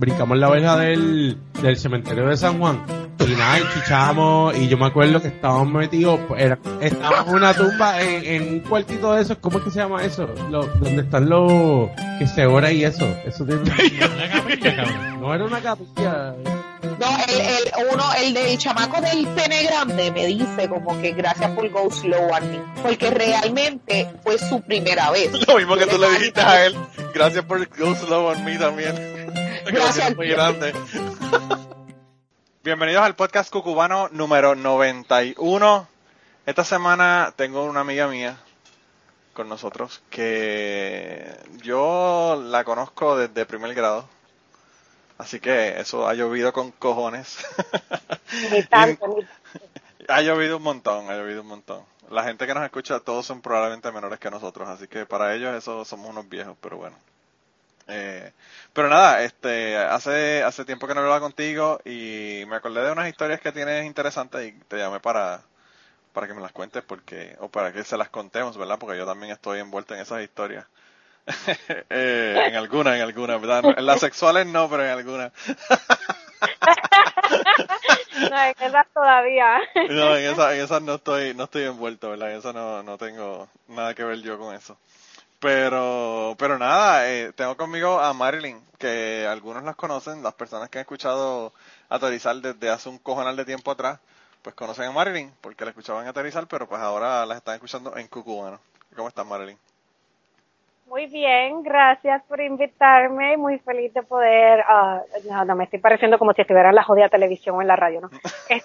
brincamos la verja del cementerio de San Juan y nada, y chichamos, y yo me acuerdo que estábamos metidos, estábamos en una tumba, en un cuartito de esos, ¿cómo es que se llama eso? Donde están los que se ora y eso tiene una capilla, cabrón. no era una capilla. No, el del chamaco del pene grande me dice como que gracias por go slow on me, porque realmente fue su primera vez. Lo mismo que tú le dijiste a él, gracias por go slow on me también. Gracias. Muy grande. Bienvenidos al podcast cucubano número 91. Esta semana tengo una amiga mía con nosotros que yo la conozco desde primer grado. Así que eso ha llovido con cojones. Ni tanto. Ha llovido un montón. La gente que nos escucha, todos son probablemente menores que nosotros, así que para ellos eso somos unos viejos, pero bueno. Pero nada, hace tiempo que no hablaba contigo y me acordé de unas historias que tienes interesantes y te llamé para que me las cuentes o para que se las contemos, ¿verdad? Porque yo también estoy envuelto en esas historias. En algunas, ¿verdad? En las sexuales no, pero en algunas. No, en esas todavía. No, en esas no estoy envuelto, ¿verdad? En esas no tengo nada que ver yo con eso. Pero nada, tengo conmigo a Marilyn, que algunos las conocen, las personas que han escuchado Aterrizar desde hace un cojonal de tiempo atrás, pues conocen a Marilyn, porque la escuchaban Aterrizar, pero pues ahora las están escuchando en Cucubano. ¿Cómo estás, Marilyn? Muy bien, gracias por invitarme, muy feliz de poder, no, me estoy pareciendo como si estuviera en la jodida televisión o en la radio, ¿no?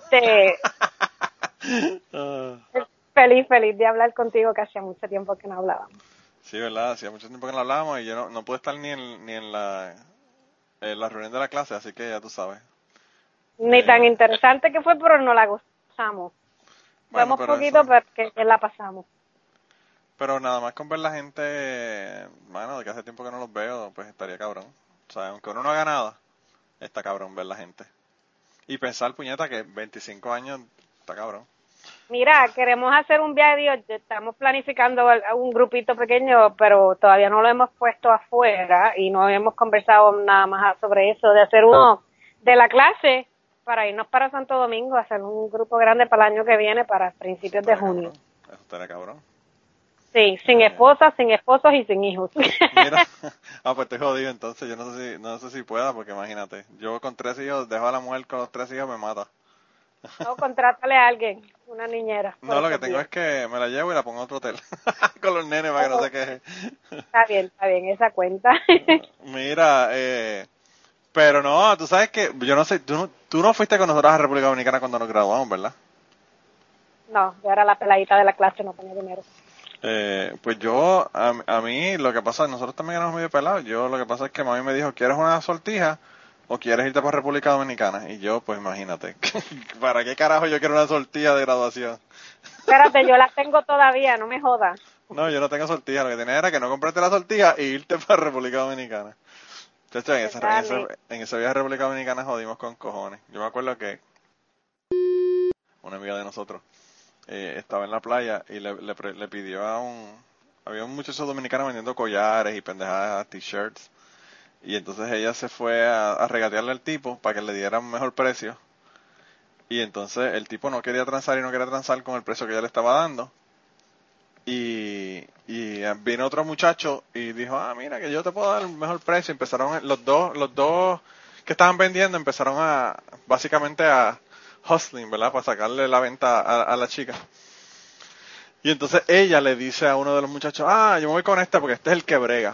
Feliz de hablar contigo, que hacía mucho tiempo que no hablábamos. Sí, ¿verdad? Hacía mucho tiempo que no hablábamos y yo no pude estar ni en la reunión de la clase, así que ya tú sabes. Ni tan interesante que fue, pero no la gozamos. Bueno, Fuimos poquito, pero que la pasamos. Pero nada más con ver la gente, mano, de que hace tiempo que no los veo, pues estaría cabrón. O sea, aunque uno no haga nada, está cabrón ver la gente. Y pensar, puñeta, que 25 años está cabrón. Mira, queremos hacer un viaje, estamos planificando un grupito pequeño, pero todavía no lo hemos puesto afuera y no hemos conversado nada más sobre eso, de hacer uno de la clase para irnos para Santo Domingo, hacer un grupo grande para el año que viene, para principios de junio. Cabrón. Eso estaría cabrón. Sí, sin esposas, sin esposos y sin hijos. Mira, pues estoy jodido entonces, yo no sé si pueda, porque imagínate, yo con 3 hijos, dejo a la mujer con los 3 hijos, me mata. No, contrátale a alguien, una niñera. No, lo que tengo es que me la llevo y la pongo en otro hotel, con los nenes para que no se queje. Está bien, esa cuenta. Mira, pero no, tú sabes que, yo no sé, tú no fuiste con nosotros a República Dominicana cuando nos graduamos, ¿verdad? No, yo era la peladita de la clase, no tenía dinero. Pues yo, a mí, lo que pasa, nosotros también éramos medio pelados. Yo, lo que pasa es que mami me dijo, ¿quieres una sortija o quieres irte para República Dominicana? Y yo, pues imagínate, ¿para qué carajo yo quiero una sortija de graduación? Espérate, yo la tengo todavía, no me jodas. No, yo no tengo sortija, lo que tenía era que no comprarte la sortija e irte para República Dominicana. Entonces, en ese viaje a República Dominicana jodimos con cojones. Yo me acuerdo que una amiga de nosotros estaba en la playa y le pidió había un muchacho dominicano vendiendo collares y pendejadas, t-shirts, y entonces ella se fue a regatearle al tipo para que le diera un mejor precio, y entonces el tipo no quería transar con el precio que ella le estaba dando, y vino otro muchacho y dijo, mira que yo te puedo dar el mejor precio. Empezaron los dos que estaban vendiendo, empezaron básicamente a hustling, ¿verdad? Para sacarle la venta a la chica. Y entonces ella le dice a uno de los muchachos, yo me voy con este porque este es el que brega.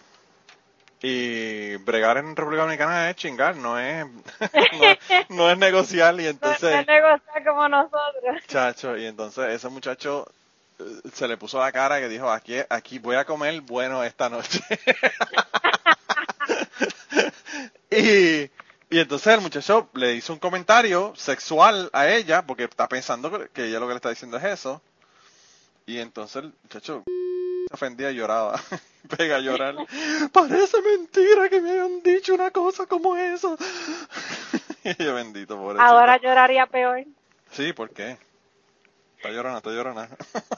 Y bregar en República Dominicana es chingar, no es negociar. Y entonces, no es negociar como nosotros. Chacho, y entonces ese muchacho se le puso la cara que dijo, aquí voy a comer bueno esta noche. Y entonces el muchacho le hizo un comentario sexual a ella, porque está pensando que ella lo que le está diciendo es eso. Y entonces el muchacho se ofendía y lloraba. Pega a llorar. Parece mentira que me hayan dicho una cosa como eso. Y yo, bendito, pobrecito. Ahora lloraría peor. Sí, ¿por qué? Está llorona.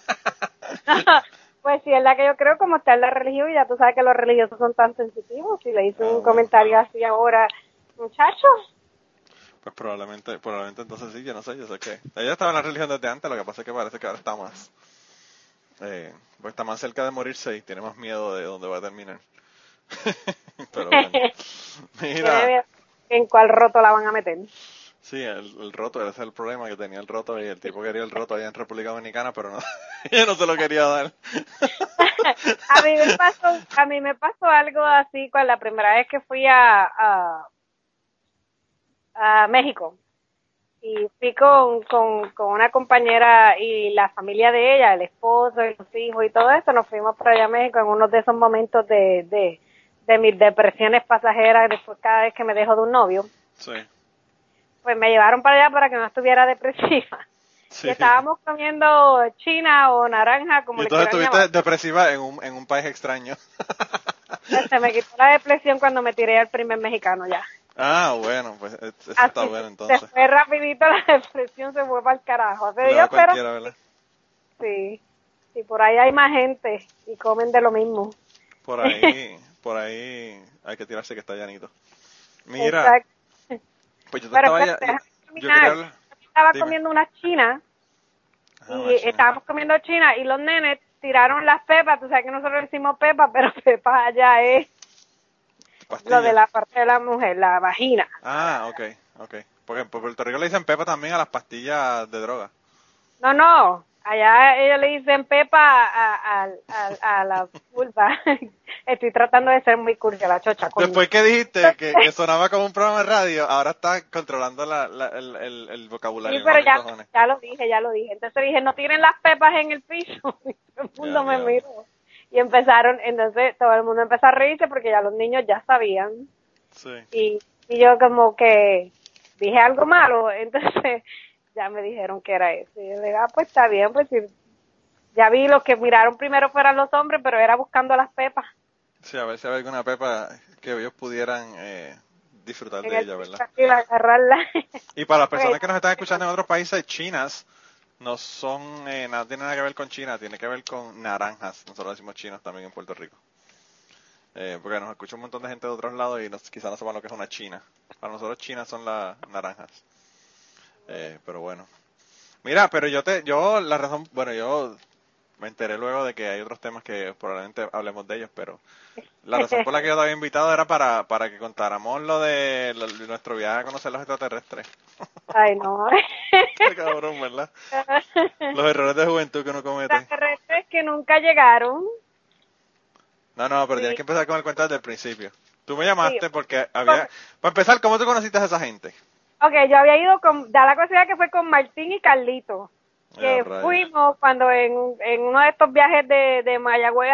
Pues sí, es la que yo creo, como está en la religión, y ya tú sabes que los religiosos son tan sensitivos. Si le hice un comentario así ahora, Muchachos, Pues probablemente entonces sí, yo no sé, yo sé que ella estaba en la religión desde antes, lo que pasa es que parece que ahora está más, pues está más cerca de morirse y tiene más miedo de dónde va a terminar. Pero bueno, mira, ¿en cuál roto la van a meter? sí, el roto, ese es el problema, que tenía el roto y el tipo quería el roto allá en República Dominicana, pero no, ella no se lo quería dar. A mí me pasó algo así con la primera vez que fui a México. Y fui con una compañera y la familia de ella, el esposo y los hijos y todo eso. Nos fuimos para allá a México en uno de esos momentos de mis depresiones pasajeras después cada vez que me dejo de un novio. Sí. Pues me llevaron para allá para que no estuviera depresiva. Sí. Y estábamos comiendo china o naranja, como Y le entonces quieran estuviste llamar. depresiva en un país extraño. Se me quitó la depresión cuando me tiré al primer mexicano ya. Ah, bueno, pues eso Así está bueno entonces. se fue rapidito la depresión, se fue para el carajo. Le da cualquiera, ¿verdad? Sí, y por ahí hay más gente y comen de lo mismo. Por ahí hay que tirarse que está llanito. Mira, Exacto. pues yo te Pero estaba espérate, ya, déjame yo terminar. quería hablar. Estaba Dime. comiendo una china Ajá, y una china. estábamos comiendo china y los nenes tiraron las pepas. Tú sabes que nosotros decimos pepas, pero pepas allá es Pastillas. lo de la parte de la mujer, la vagina. Ah, okay. Porque por Puerto Rico le dicen pepa también a las pastillas de droga. No, allá ellos le dicen pepa a la vulva. Estoy tratando de ser muy cursi, la chocha. Coño. Después que dijiste que sonaba como un programa de radio, ahora está controlando el vocabulario. Sí, pero ¿no? ¿Qué cojones? ya lo dije. Entonces dije, no tiren las pepas en el piso. Y todo el mundo me diablo. miró. Y entonces todo el mundo empezó a reírse porque ya los niños ya sabían. Sí. Y yo como que dije algo malo, entonces ya me dijeron que era eso. Y yo le dije, pues está bien, pues sí. Ya vi los que miraron primero fueran los hombres, pero era buscando las pepas. Sí, a ver si había alguna pepa que ellos pudieran disfrutar En de el ella, ¿verdad? piso, así, agarrarla. Y para las personas Ok. que nos están escuchando en otros países, chinas no son, nada tiene nada que ver con China, tiene que ver con naranjas. Nosotros decimos chinos también en Puerto Rico. Porque nos escucha un montón de gente de otros lados y quizás no sepan lo que es una china. Para nosotros chinas son las naranjas. Pero bueno. Mira, pero yo me enteré luego de que hay otros temas que probablemente hablemos de ellos, pero la razón por la que yo te había invitado era para que contáramos nuestro viaje a conocer los extraterrestres. Ay, no. Qué cabrón, ¿verdad? Los errores de juventud que uno comete. Extraterrestres que nunca llegaron. No, pero Sí. tienes que empezar con el cuento desde el principio. Tú me llamaste Sí. porque había... Para empezar, ¿cómo tú conociste a esa gente? Ok, yo había ido da la casualidad que fue con Martín y Carlito. Que rayos. fuimos cuando en uno de estos viajes de Mayagüez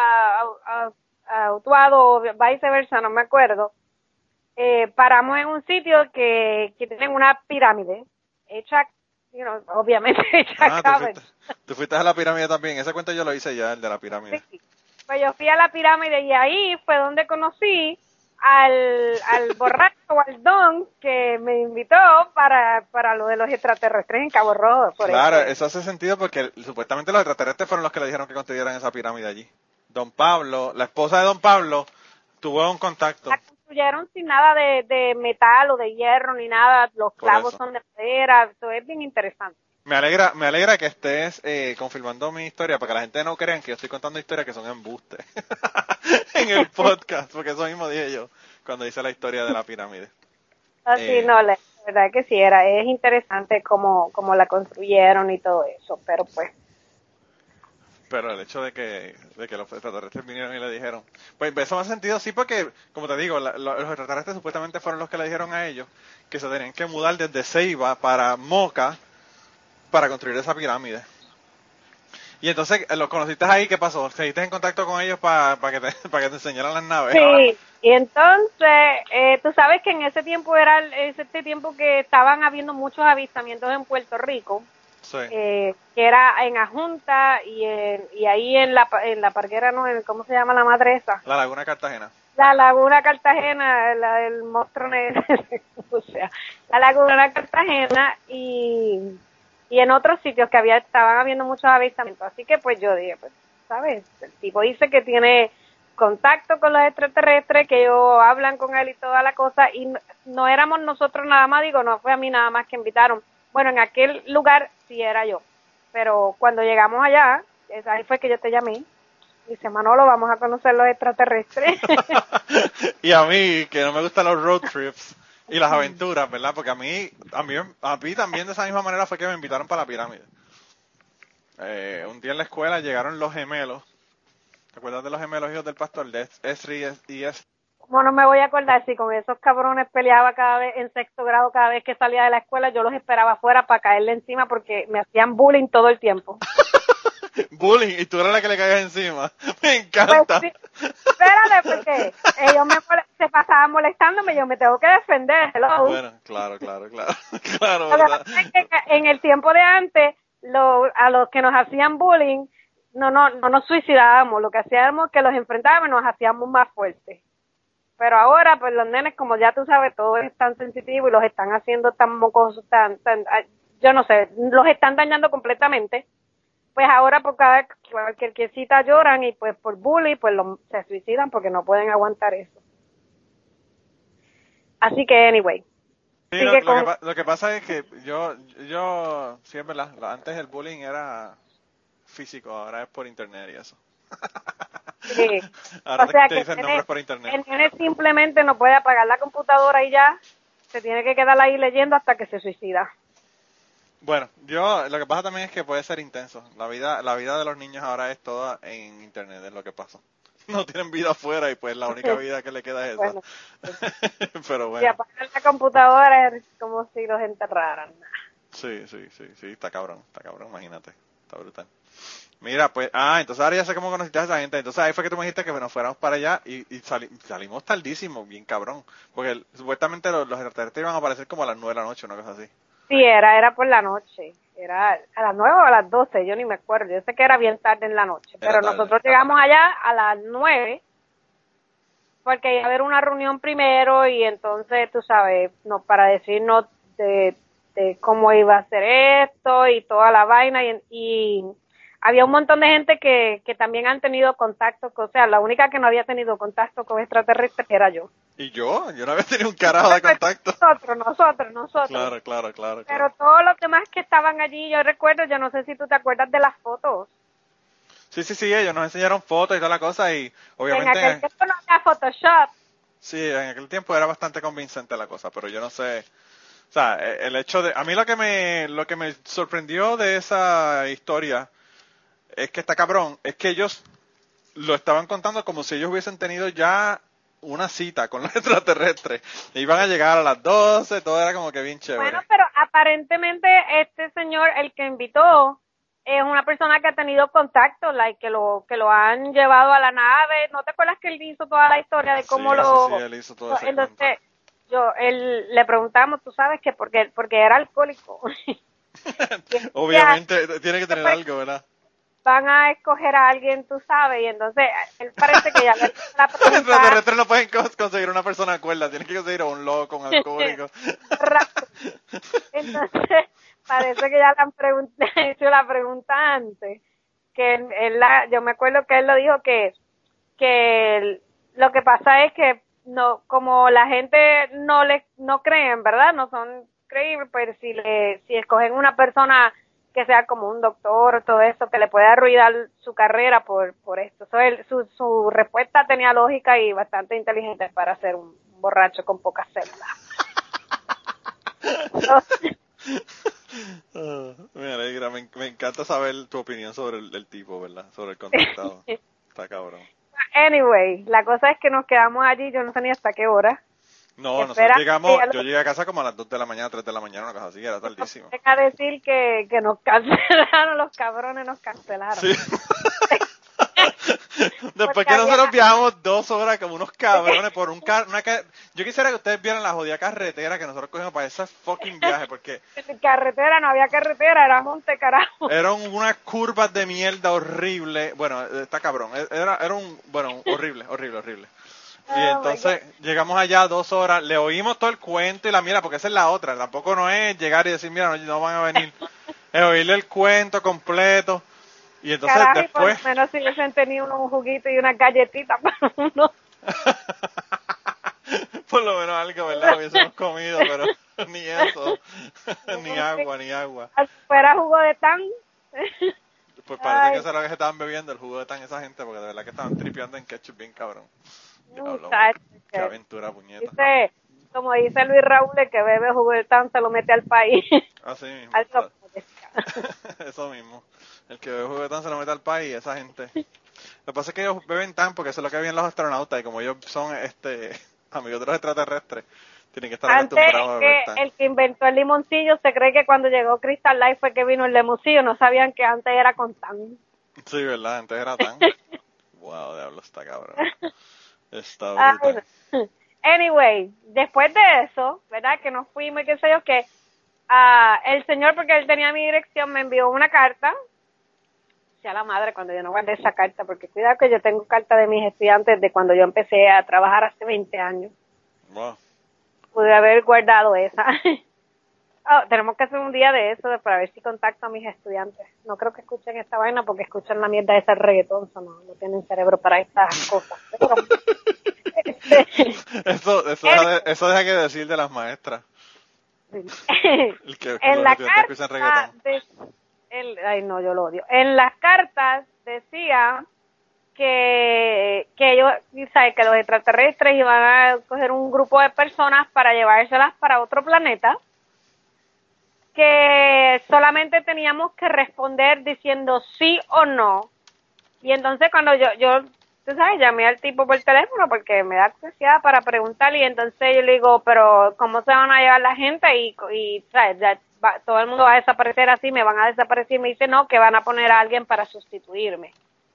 a Utuado o viceversa, no me acuerdo. Paramos en un sitio que tienen una pirámide hecha, obviamente hecha caben. Tú fuiste a la pirámide también. Ese cuento yo lo hice ya, el de la pirámide. Sí. Pues yo fui a la pirámide y ahí fue donde conocí al borracho o al don que me invitó para lo de los extraterrestres en Cabo Rojo. Claro, eso hace sentido porque supuestamente los extraterrestres fueron los que le dijeron que construyeran esa pirámide allí. Don Pablo, la esposa de Don Pablo, tuvo un contacto. La construyeron sin nada de metal o de hierro ni nada, los clavos son de madera, eso es bien interesante. Me alegra que estés confirmando mi historia, para que la gente no crean que yo estoy contando historias que son embustes en el podcast, porque eso mismo dije yo cuando hice la historia de la pirámide. Así no, la verdad que sí, es interesante cómo la construyeron y todo eso, pero pues. Pero el hecho de que los extraterrestres vinieron y le dijeron, pues eso me hace sentido, sí, porque, como te digo, los extraterrestres supuestamente fueron los que le dijeron a ellos que se tenían que mudar desde Ceiba para Moca para construir esa pirámide. Y entonces, ¿los conociste ahí? ¿Qué pasó? ¿Seguiste en contacto con ellos para que te enseñaran las naves? Sí, y entonces, tú sabes que en ese tiempo era este tiempo que estaban habiendo muchos avistamientos en Puerto Rico. Sí. Que era en Ajunta y ahí en la parguera, ¿no? ¿Cómo se llama la madre esa? La Laguna Cartagena. La Laguna Cartagena, el monstruo negro, o sea, la Laguna Cartagena y en otros sitios que estaban habiendo muchos avistamientos. Así que pues yo dije, pues, ¿sabes? El tipo dice que tiene contacto con los extraterrestres, que ellos hablan con él y toda la cosa, y no éramos nosotros nada más, digo, no fue a mí nada más que invitaron. Bueno, en aquel lugar sí era yo, pero cuando llegamos allá, ahí fue que yo te llamé. Dice, Manolo, vamos a conocer los extraterrestres. Y a mí, que no me gustan los road trips y las aventuras, ¿verdad? Porque a mí también de esa misma manera fue que me invitaron para la pirámide. Un día en la escuela llegaron los gemelos. ¿Te acuerdas de los gemelos hijos del pastor? De Esri y Es? ¿Cómo no me voy a acordar si con esos cabrones peleaba cada vez en sexto grado, cada vez que salía de la escuela, yo los esperaba afuera para caerle encima porque me hacían bullying todo el tiempo. Bullying, y tú eras la que le caías encima. Me encanta. Pues sí, espérate, porque ellos se pasaban molestándome, yo me tengo que defender. Hello. Bueno, claro, claro, Lo que ¿verdad? pasa es que en el tiempo de antes, a los que nos hacían bullying, no nos suicidábamos, lo que hacíamos es que los enfrentábamos y nos hacíamos más fuertes. Pero ahora, pues los nenes, como ya tú sabes, todo es tan sensitivo y los están haciendo tan mocosos, yo no sé, los están dañando completamente. Pues ahora por cualquier quesita lloran y pues por bullying pues se suicidan porque no pueden aguantar eso. Así que anyway. Sí, lo que pasa es que yo sí es verdad, antes el bullying era físico, ahora es por internet y eso. Sí. Ahora O sea te que dicen nombres por internet. el nene simplemente no puede apagar la computadora y ya se tiene que quedar ahí leyendo hasta que se suicida. Bueno, lo que pasa también es que puede ser intenso. La vida de los niños ahora es toda en internet, es lo que pasa. No tienen vida afuera y pues la única vida que le queda es esa. Bueno, Pero bueno. si apagan la computadora es como si los enterraran. Sí, está cabrón, imagínate. Está brutal. Mira, pues, entonces ahora ya sé cómo conociste a esa gente. Entonces ahí fue que tú me dijiste que nos fuéramos para allá y salimos tardísimo, bien cabrón. Porque supuestamente los extraterrestres iban a aparecer como a las 9 de la noche, una cosa así. Sí, era por la noche. Era a las 9 o a las 12, yo ni me acuerdo. Yo sé que era bien tarde en la noche. Pero nosotros llegamos allá a las 9 porque iba a haber una reunión primero y entonces, tú sabes, para decirnos de cómo iba a ser esto y toda la vaina y había un montón de gente que también han tenido contacto, o sea, la única que no había tenido contacto con extraterrestres era yo. ¿Y yo? Yo no había tenido un carajo de contacto. Nosotros. Claro. Pero todos los demás que estaban allí, yo no sé si tú te acuerdas de las fotos. Sí, ellos nos enseñaron fotos y toda la cosa y obviamente... En aquel tiempo no había Photoshop. Sí, en aquel tiempo era bastante convincente la cosa, pero yo no sé... O sea, el hecho de... A mí lo que me sorprendió de esa historia es que está cabrón, es que ellos lo estaban contando como si ellos hubiesen tenido ya una cita con los extraterrestres. Iban a llegar a las 12, todo era como que bien chévere. Bueno, pero aparentemente este señor, el que invitó, es una persona que ha tenido contacto, que lo han llevado a la nave. ¿No te acuerdas que él hizo toda la historia de cómo Sí, él hizo todo eso. Entonces, le preguntamos, tú sabes que porque era alcohólico. Obviamente tiene que tener algo, ¿verdad? Van a escoger a alguien, tú sabes, y entonces él parece que ya le la Los extraterrestres no pueden conseguir una persona cuerda, tienen que conseguir a un loco, un alcohólico. Entonces, parece que ya le han hecho la pregunta antes, que yo me acuerdo que él lo dijo que lo que pasa es que no, como la gente no creen, ¿verdad? No son creíbles, pero si escogen una persona que sea como un doctor o todo eso, que le puede arruinar su carrera por esto. Su respuesta tenía lógica y bastante inteligente para ser un borracho con pocas células. Me alegra, me encanta saber tu opinión sobre el tipo, ¿verdad? Sobre el contactado. Está cabrón. Anyway, la cosa es que nos quedamos allí, yo no sé ni hasta qué hora. No, nosotros llegamos, yo llegué a casa como a las 2 de la mañana, 3 de la mañana, una cosa así, era tardísimo. Deja decir que nos cancelaron, los cabrones nos cancelaron. Sí. Después que nosotros viajamos 2 horas como unos cabrones por un yo quisiera que ustedes vieran la jodida carretera que nosotros cogimos para ese fucking viaje, porque... Carretera, no había carretera, era monte carajo. Eran unas curvas de mierda horrible, bueno, está cabrón, era horrible. Y entonces llegamos allá 2 horas, le oímos todo el cuento y la mira, porque esa es la otra, tampoco no es llegar y decir, mira, no van a venir, es oírle el cuento completo. Y entonces Carajo, y después... por lo menos si hubiesen tenido un juguito y una galletita para uno. Por lo menos algo, ¿verdad? Hubiésemos comido, pero ni eso. Ni agua. Fuera jugo de tan. Pues parece Ay. que eso era lo que estaban bebiendo, el jugo de tan esa gente, porque de verdad que estaban tripeando en ketchup bien cabrón. Diablo, Muchacho, qué aventura, puñeta. dice, como dice Luis Raúl, el que bebe jugo de tan se lo mete al país. Así mismo. Algo como decía. Eso mismo. El que bebe jugo de tan se lo mete al país, esa gente. Lo que pasa es que ellos beben tan porque eso es lo que viven los astronautas, y como ellos son amigos de los extraterrestres, tienen que estar Antes acostumbrados a beber que tan. el que inventó el limoncillo se cree que cuando llegó Crystal Light fue que vino el limoncillo, no sabían que antes era con tan. Sí, ¿verdad? Antes era tan. Wow, diablo, está cabrón. Está Ay, brutal. no. Anyway, después de eso, ¿verdad? Que nos fuimos y qué sé yo, que el señor, porque él tenía mi dirección, me envió una carta. Sea la madre cuando yo no guardé esa carta, porque cuidado que yo tengo carta de mis estudiantes de cuando yo empecé a trabajar hace 20 años. Wow. Pude haber guardado esa. Tenemos que hacer un día de eso para ver si contacto a mis estudiantes. No creo que escuchen esta vaina porque escuchan la mierda de ese reggaetón, no tienen cerebro para estas cosas. Pero, eso deja que decir de las maestras. El que en los la estudiantes escuchan carta reggaetón. ay no, yo lo odio. En las cartas decía que ellos, ¿sabes? Que los extraterrestres iban a coger un grupo de personas para llevárselas para otro planeta, que solamente teníamos que responder diciendo sí o no. Y entonces cuando yo tú sabes, llamé al tipo por teléfono porque me da curiosidad para preguntarle, y entonces yo le digo, pero ¿cómo se van a llevar la gente? Y ¿sabes? Todo el mundo va a desaparecer así, me van a desaparecer. Y me dice, no, que van a poner a alguien para sustituirme.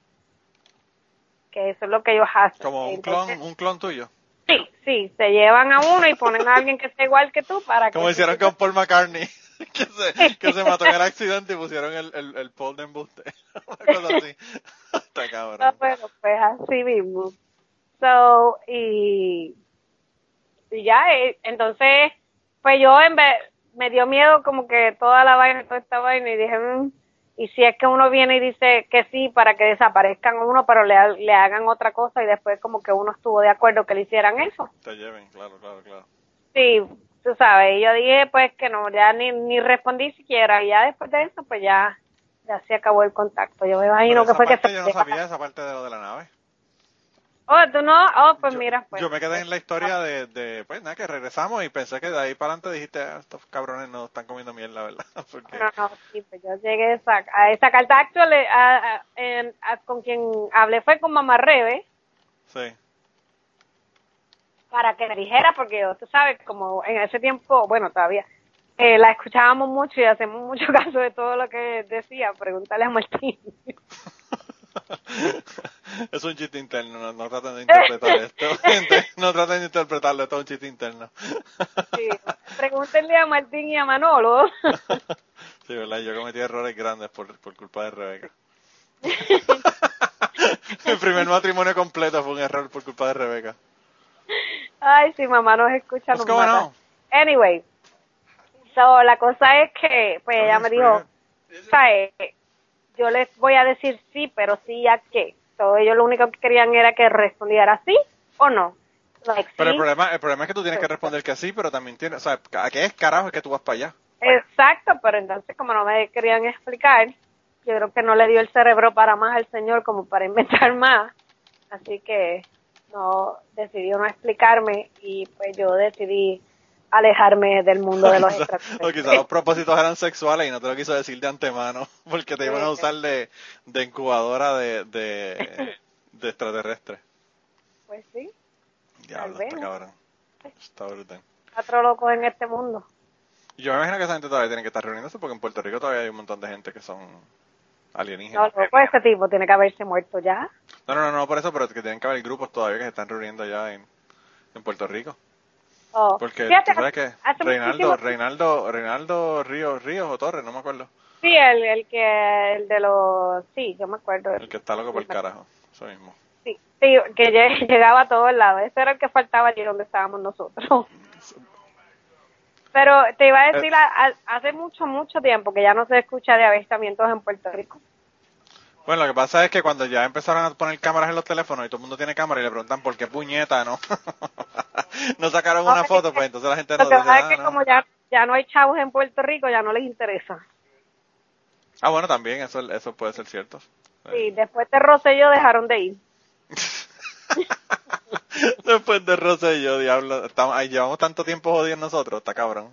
Que eso es lo que ellos hacen. Como Entonces, un clon tuyo. Sí, se llevan a uno y ponen a alguien que sea igual que tú para Como que... hicieron con Paul McCartney, que se mató en el accidente y pusieron el Paul de embuste. Una cosa así. Está cabrón. No, bueno, pues así mismo. So, y ya, entonces, pues yo me dio miedo como que toda esta vaina, y dije, y si es que uno viene y dice que sí para que desaparezcan uno, pero le hagan otra cosa, y después como que uno estuvo de acuerdo que le hicieran eso. Te lleven, claro. Sí, tú sabes, y yo dije pues que no, ya ni respondí siquiera, y ya después de eso pues ya se acabó el contacto. Yo me imagino que fue que yo no sabía esa parte de lo de la nave. Oh, tú no, pues mira, pues. Yo me quedé en la historia de pues nada, que regresamos, y pensé que de ahí para adelante dijiste, estos cabrones no están comiendo mierda, ¿verdad? Porque... No, sí, pues yo llegué a esa carta actual, con quien hablé fue con Mamá Rebe. Sí. Para que me dijera, porque tú sabes, como en ese tiempo, bueno, todavía, la escuchábamos mucho y hacemos mucho caso de todo lo que decía. Pregúntale a Martín. Es un chiste interno, no traten de interpretar esto, gente, no traten de interpretarlo, esto es un chiste interno. Sí, pregúntenle a Martín y a Manolo. Sí, verdad, yo cometí errores grandes por culpa de Rebeca. Mi primer matrimonio completo fue un error por culpa de Rebeca. Ay, si mamá nos escucha, nos ¿Cómo mata. no? Anyway, so, la cosa es que, pues ella me dijo, ¿sabes? Yo les voy a decir sí, pero sí a qué. So, ellos lo único que querían era que respondiera sí o no. Like, Pero sí. el problema es que tú tienes que responder que sí, pero también tienes, o sea, ¿a qué es carajo es que tú vas para allá? Exacto, pero entonces como no me querían explicar, yo creo que no le dio el cerebro para más al señor como para inventar más. Así que decidió no explicarme, y pues yo decidí alejarme del mundo de los extraterrestres. O quizás los propósitos eran sexuales y no te lo quiso decir de antemano, porque te iban a usar de incubadora de extraterrestres. Pues sí, Diablo, tal está vez. cabrón. Está brutal. 4 locos en este mundo. Yo me imagino que esa gente todavía tiene que estar reuniéndose, porque en Puerto Rico todavía hay un montón de gente que son alienígenas. No, pues ese tipo tiene que haberse muerto ya. No, por eso, pero que tienen que haber grupos todavía que se están reuniendo ya en Puerto Rico. Oh. Porque Fíjate, tú sabes que hace Reinaldo Ríos o Torres, no me acuerdo. Sí, el de los... Sí, yo me acuerdo. El que está loco por el carajo, eso mismo. Sí, que llegaba a todos lados. Ese era el que faltaba allí donde estábamos nosotros. Pero te iba a decir, hace mucho tiempo que ya no se escucha de avistamientos en Puerto Rico. Bueno, lo que pasa es que cuando ya empezaron a poner cámaras en los teléfonos y todo el mundo tiene cámara y le preguntan por qué puñeta, ¿no? No sacaron una foto, pues entonces la gente no Lo que dice, pasa es que no. como ya no hay chavos en Puerto Rico, ya no les interesa. Ah, bueno, también, eso puede ser cierto. Sí, después de Rosselló dejaron de ir. Después de Rosa y yo, diablo, ahí llevamos tanto tiempo jodiendo nosotros, está cabrón.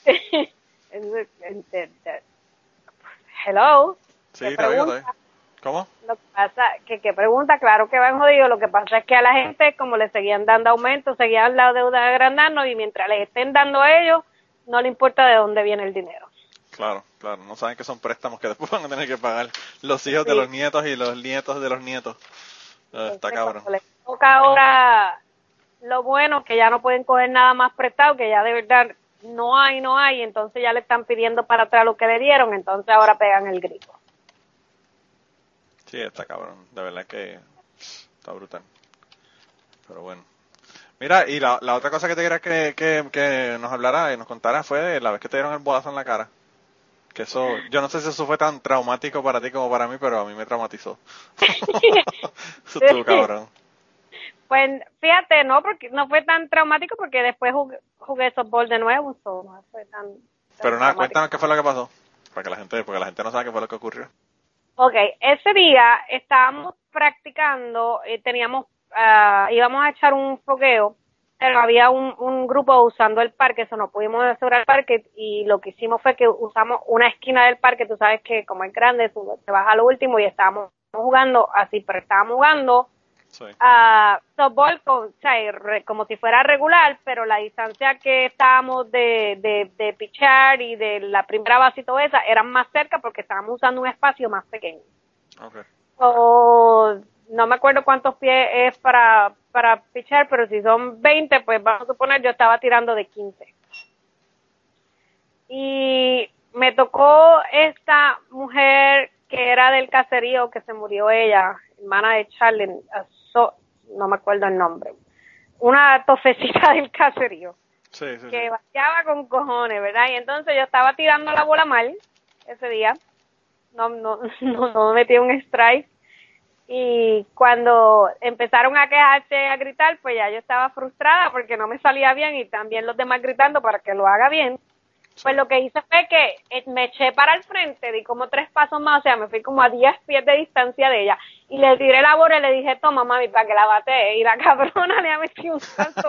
Hello. Sí, ¿Qué te oigo, pregunta? ¿Cómo? Lo que pasa, que pregunta, claro que van jodidos, lo que pasa es que a la gente, como le seguían dando aumento, seguían la deuda agrandando y mientras les estén dando a ellos, no le importa de dónde viene el dinero. Claro, no saben que son préstamos que después van a tener que pagar los hijos de los nietos y los nietos de los nietos. Está cabrón. Cuando les toca ahora lo bueno, que ya no pueden coger nada más prestado, que ya de verdad no hay, entonces ya le están pidiendo para atrás lo que le dieron, entonces ahora pegan el grito. Sí, está cabrón, de verdad que está brutal. Pero bueno. Mira, y la otra cosa que te quería que nos hablara y nos contara fue de la vez que te dieron el bolazo en la cara. Que eso, yo no sé si eso fue tan traumático para ti como para mí, pero a mí me traumatizó. Eso estuvo cabrón. Pues fíjate, no, porque no fue tan traumático porque después jugué softball de nuevo, no fue tan Pero nada, traumático. cuéntanos qué fue lo que pasó. Porque la gente no sabe qué fue lo que ocurrió. Ok, ese día estábamos practicando, íbamos a echar un fogueo, pero había un grupo usando el parque, eso no pudimos asegurar el parque y lo que hicimos fue que usamos una esquina del parque, tú sabes que como es grande, tú te vas a lo último y estábamos jugando así, pero estábamos jugando Sí. softball como si fuera regular, pero la distancia que estábamos de pitchar y de la primera base y todo esa eran más cerca porque estábamos usando un espacio más pequeño. Okay. No me acuerdo cuántos pies es para pitchar, pero si son 20, pues vamos a suponer yo estaba tirando de 15. Y me tocó esta mujer que era del caserío, que se murió ella, hermana de Charlie, no me acuerdo el nombre, una tofecita del caserío, que bateaba con cojones, ¿verdad? Y entonces yo estaba tirando la bola mal ese día, no metí un strike, y cuando empezaron a quejarse, a gritar, pues ya yo estaba frustrada porque no me salía bien y también los demás gritando para que lo haga bien. Pues lo que hice fue que me eché para el frente, di como 3 pasos más, o sea, me fui como a 10 pies de distancia de ella, y le tiré la bola y le dije, toma mami, para que la bate, y la cabrona le ha metido un salto.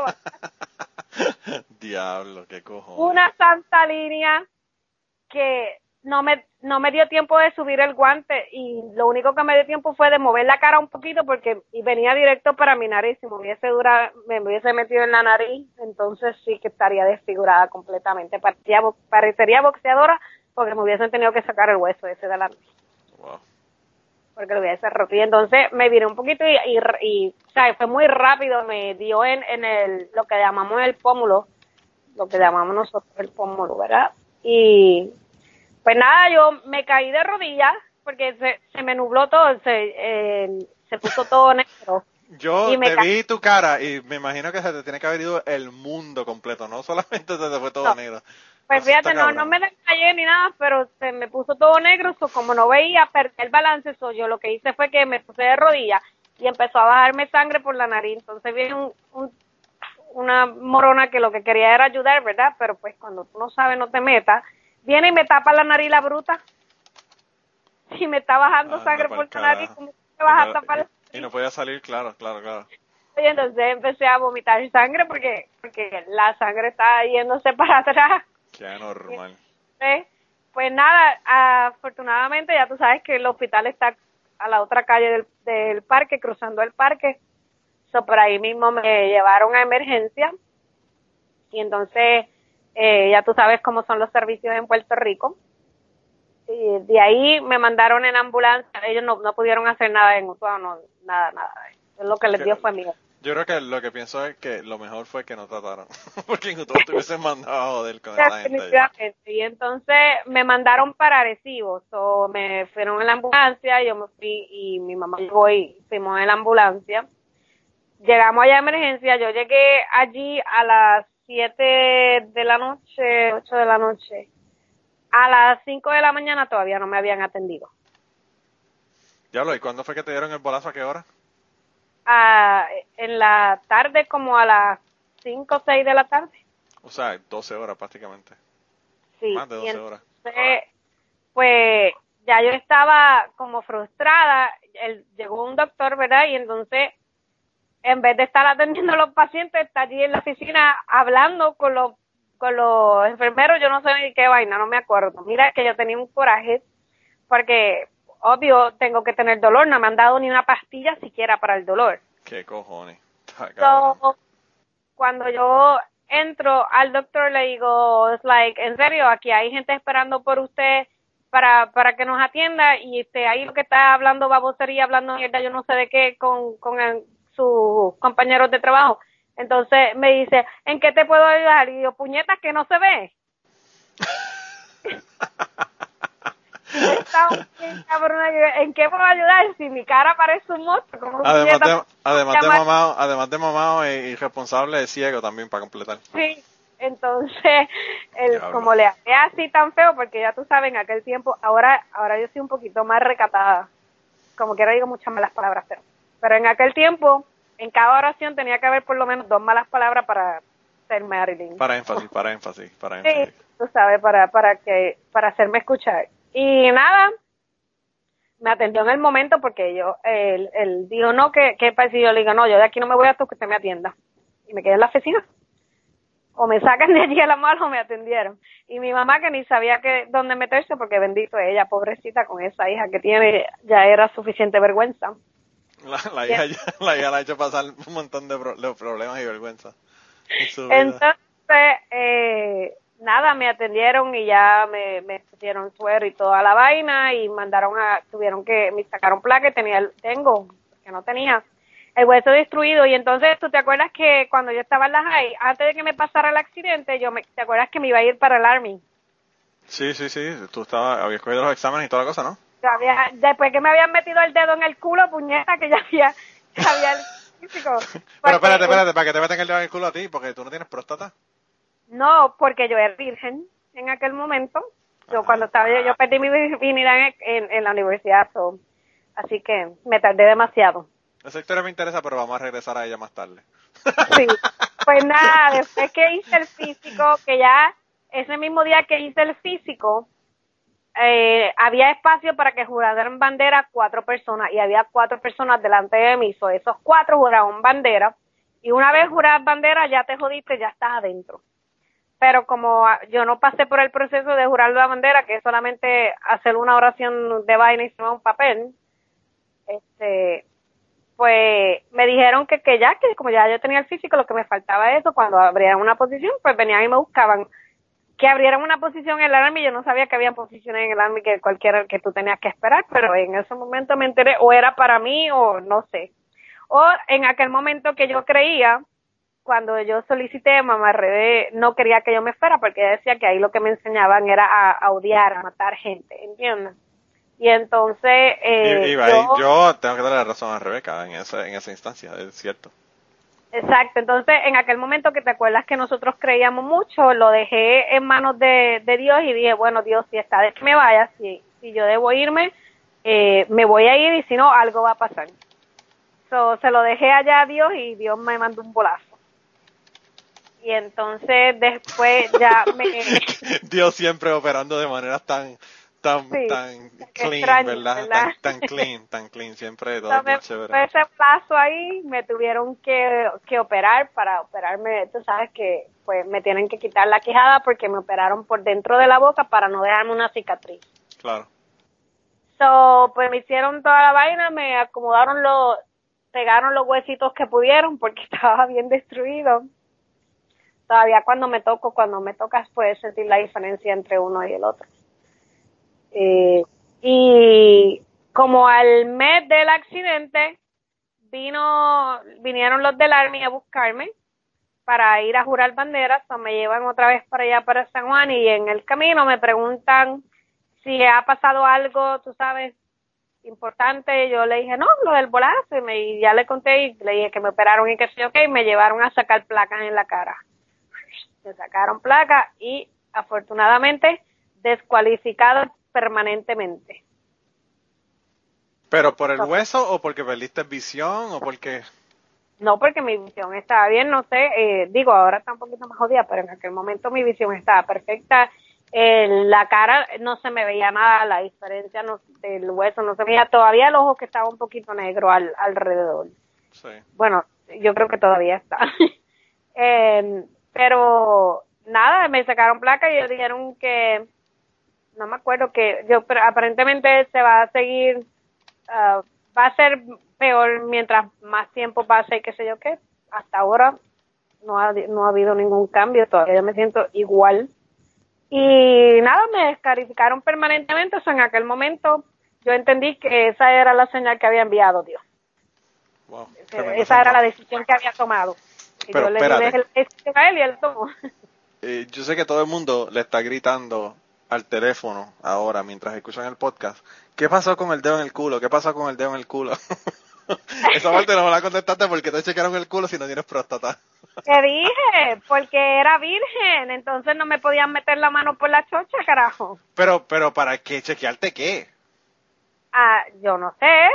Diablo, qué cojones. Una santa línea que no me dio tiempo de subir el guante, y lo único que me dio tiempo fue de mover la cara un poquito porque venía directo para mi nariz. Si me hubiese metido en la nariz, entonces sí que estaría desfigurada completamente. Parecería boxeadora porque me hubiesen tenido que sacar el hueso ese de la nariz. Wow. Porque lo hubiese roto. Y entonces me viré un poquito y o sea, fue muy rápido, me dio en lo que llamamos el pómulo, lo que llamamos nosotros el pómulo, ¿verdad? Y pues nada, yo me caí de rodillas porque se me nubló todo, se puso todo negro. Yo te vi tu cara y me imagino que se te tiene que haber ido el mundo completo, no solamente se te fue todo negro. Pues fíjate, no me desmayé ni nada, pero se me puso todo negro, como no veía, perdí el balance, yo lo que hice fue que me puse de rodillas y empezó a bajarme sangre por la nariz. Entonces viene una morona que lo que quería era ayudar, ¿verdad? Pero pues cuando tú no sabes, no te metas. Viene y me tapa la nariz la bruta. Y me está bajando sangre por la nariz, como me vas a tapar. Y no podía salir, claro. Y entonces empecé a vomitar sangre porque la sangre estaba yéndose para atrás. Qué anormal. Pues nada, afortunadamente ya tú sabes que el hospital está a la otra calle del parque, cruzando el parque. Por ahí mismo me llevaron a emergencia. Y entonces ya tú sabes cómo son los servicios en Puerto Rico. Y de ahí me mandaron en ambulancia. Ellos no pudieron hacer nada en Utuado, nada. Lo que les dio fue miedo. Yo creo que lo que pienso es que lo mejor fue que no trataron. Porque en Utuado te hubiesen mandado a joder con esa gente. Definitivamente. Y entonces me mandaron para Arecibo. Me fueron en la ambulancia, yo me fui y mi mamá llegó y fuimos en la ambulancia. Llegamos allá a emergencia. Yo llegué allí a las 7 de la noche, 8 de la noche. A las 5 de la mañana todavía no me habían atendido. Diablo, ¿y cuándo fue que te dieron el bolazo? ¿A qué hora? En la tarde, como a las 5 o 6 de la tarde. O sea, 12 horas prácticamente. Sí. Más de 12 horas. Entonces, pues ya yo estaba como frustrada. Llegó un doctor, ¿verdad? Y entonces, en vez de estar atendiendo a los pacientes, está allí en la oficina hablando con los enfermeros. Yo no sé ni qué vaina, no me acuerdo. Mira que yo tenía un coraje porque, obvio, tengo que tener dolor. No me han dado ni una pastilla siquiera para el dolor. ¿Qué cojones? Está cabrón. So, cuando yo entro al doctor le digo, it's like, en serio, aquí hay gente esperando por usted para que nos atienda y ahí lo que está hablando babosería, hablando mierda, yo no sé de qué, con sus compañeros de trabajo. Entonces me dice, ¿en qué te puedo ayudar? Y yo, puñetas, que no se ve. Está bien, cabrona, ¿en qué puedo ayudar? Si mi cara parece un monstruo, como un además de mamado y responsable de ciego también para completar. Sí, entonces, como le hablé así tan feo, porque ya tú sabes, en aquel tiempo, ahora yo soy un poquito más recatada, como quiera digo muchas malas palabras, pero en aquel tiempo, en cada oración tenía que haber por lo menos 2 malas palabras para ser Marilyn. Para énfasis. Sí, tú sabes, para hacerme escuchar. Y nada, me atendió en el momento porque él dijo, no, ¿qué pasa? Y yo le digo, no, yo de aquí no me voy hasta que usted me atienda. Y me quedé en la oficina. O me sacan de allí a la mano o me atendieron. Y mi mamá, que ni sabía dónde meterse, porque bendito ella, pobrecita, con esa hija que tiene, ya era suficiente vergüenza. La hija la ha hecho pasar un montón de problemas y vergüenza. Entonces, nada, me atendieron y ya me pusieron suero y toda la vaina y me sacaron placa y tengo, que no tenía el hueso destruido. Y entonces, ¿tú te acuerdas que cuando yo estaba en la high, antes de que me pasara el accidente, ¿te acuerdas que me iba a ir para el Army? Sí, tú habías cogido los exámenes y toda la cosa, ¿no? Después que me habían metido el dedo en el culo, puñeta, que ya había el físico. Pero espérate, ¿para qué te meten el dedo en el culo a ti? Porque tú no tienes próstata. No, porque yo era virgen en aquel momento. Cuando estaba yo perdí mi virginidad en la universidad, así que me tardé demasiado. Esa historia me interesa, pero vamos a regresar a ella más tarde. Sí, pues nada, después que hice el físico, que ya ese mismo día que hice el físico, había espacio para que juraran bandera 4 personas y había 4 personas delante de mí. Esos 4 juraron bandera y una vez juradas bandera ya te jodiste, ya estás adentro. Pero como yo no pasé por el proceso de jurar la bandera, que es solamente hacer una oración de vaina y firmar un papel, pues me dijeron que como ya yo tenía el físico, lo que me faltaba es eso, cuando abrieran una posición, pues venían y me buscaban. Que abrieran una posición en el Army, yo no sabía que había posiciones en el Army que tú tenías que esperar, pero en ese momento me enteré, o era para mí, o no sé. O en aquel momento que yo creía, cuando yo solicité, mamá Rebe no quería que yo me fuera, porque ella decía que ahí lo que me enseñaban era a odiar, a matar gente, ¿entiendes? Y entonces... yo tengo que darle la razón a Rebeca en esa instancia, es cierto. Exacto, entonces en aquel momento que te acuerdas que nosotros creíamos mucho, lo dejé en manos de Dios y dije, bueno, Dios, si está de que me vaya, si yo debo irme, me voy a ir y si no, algo va a pasar. Se lo dejé allá a Dios y Dios me mandó un bolazo. Y entonces después ya Dios siempre operando de maneras tan clean, extraño, ¿verdad? Tan clean, siempre todo bien chévere. Ese plazo ahí me tuvieron que operar para operarme, tú sabes que pues me tienen que quitar la quijada porque me operaron por dentro de la boca para no dejarme una cicatriz. Claro. Pues me hicieron toda la vaina, me acomodaron pegaron los huesitos que pudieron porque estaba bien destruido. Todavía cuando me tocas puedes sentir la diferencia entre uno y el otro. Y como al mes del accidente vinieron los del Army a buscarme para ir a jurar banderas, o me llevan otra vez para allá para San Juan y en el camino me preguntan si ha pasado algo, tú sabes, importante. Yo le dije, no, lo del bolazo, y ya le conté y le dije que me operaron y que sí, ok, me llevaron a sacar placas en la cara. Me sacaron placas y afortunadamente descualificado permanentemente. ¿Pero por el hueso o porque perdiste visión o porque...? No, porque mi visión estaba bien, no sé, digo, ahora está un poquito más jodida, pero en aquel momento mi visión estaba perfecta. La cara no se me veía nada, la diferencia del hueso no se veía, todavía el ojo que estaba un poquito negro alrededor. Sí. Bueno, yo creo que todavía está. Pero nada, me sacaron placa y ellos dijeron que, no me acuerdo pero aparentemente se va a seguir, va a ser peor mientras más tiempo pase y qué sé yo qué. Hasta ahora no ha habido ningún cambio, todavía yo me siento igual. Y nada, me descalificaron permanentemente, en aquel momento yo entendí que esa era la señal que había enviado Dios. Wow, Esa era la decisión que había tomado. Y pero yo le espérate. dije la decisión a él y él tomó. Yo sé que todo el mundo le está gritando al teléfono ahora mientras escuchan el podcast. ¿Qué pasó con el dedo en el culo? ¿Qué pasó con el dedo en el culo? Esa parte no me la contestaste porque te chequearon el culo si no tienes próstata. Te dije, porque era virgen, entonces no me podían meter la mano por la chocha, carajo. Pero ¿para qué? ¿Chequearte qué? Yo no sé.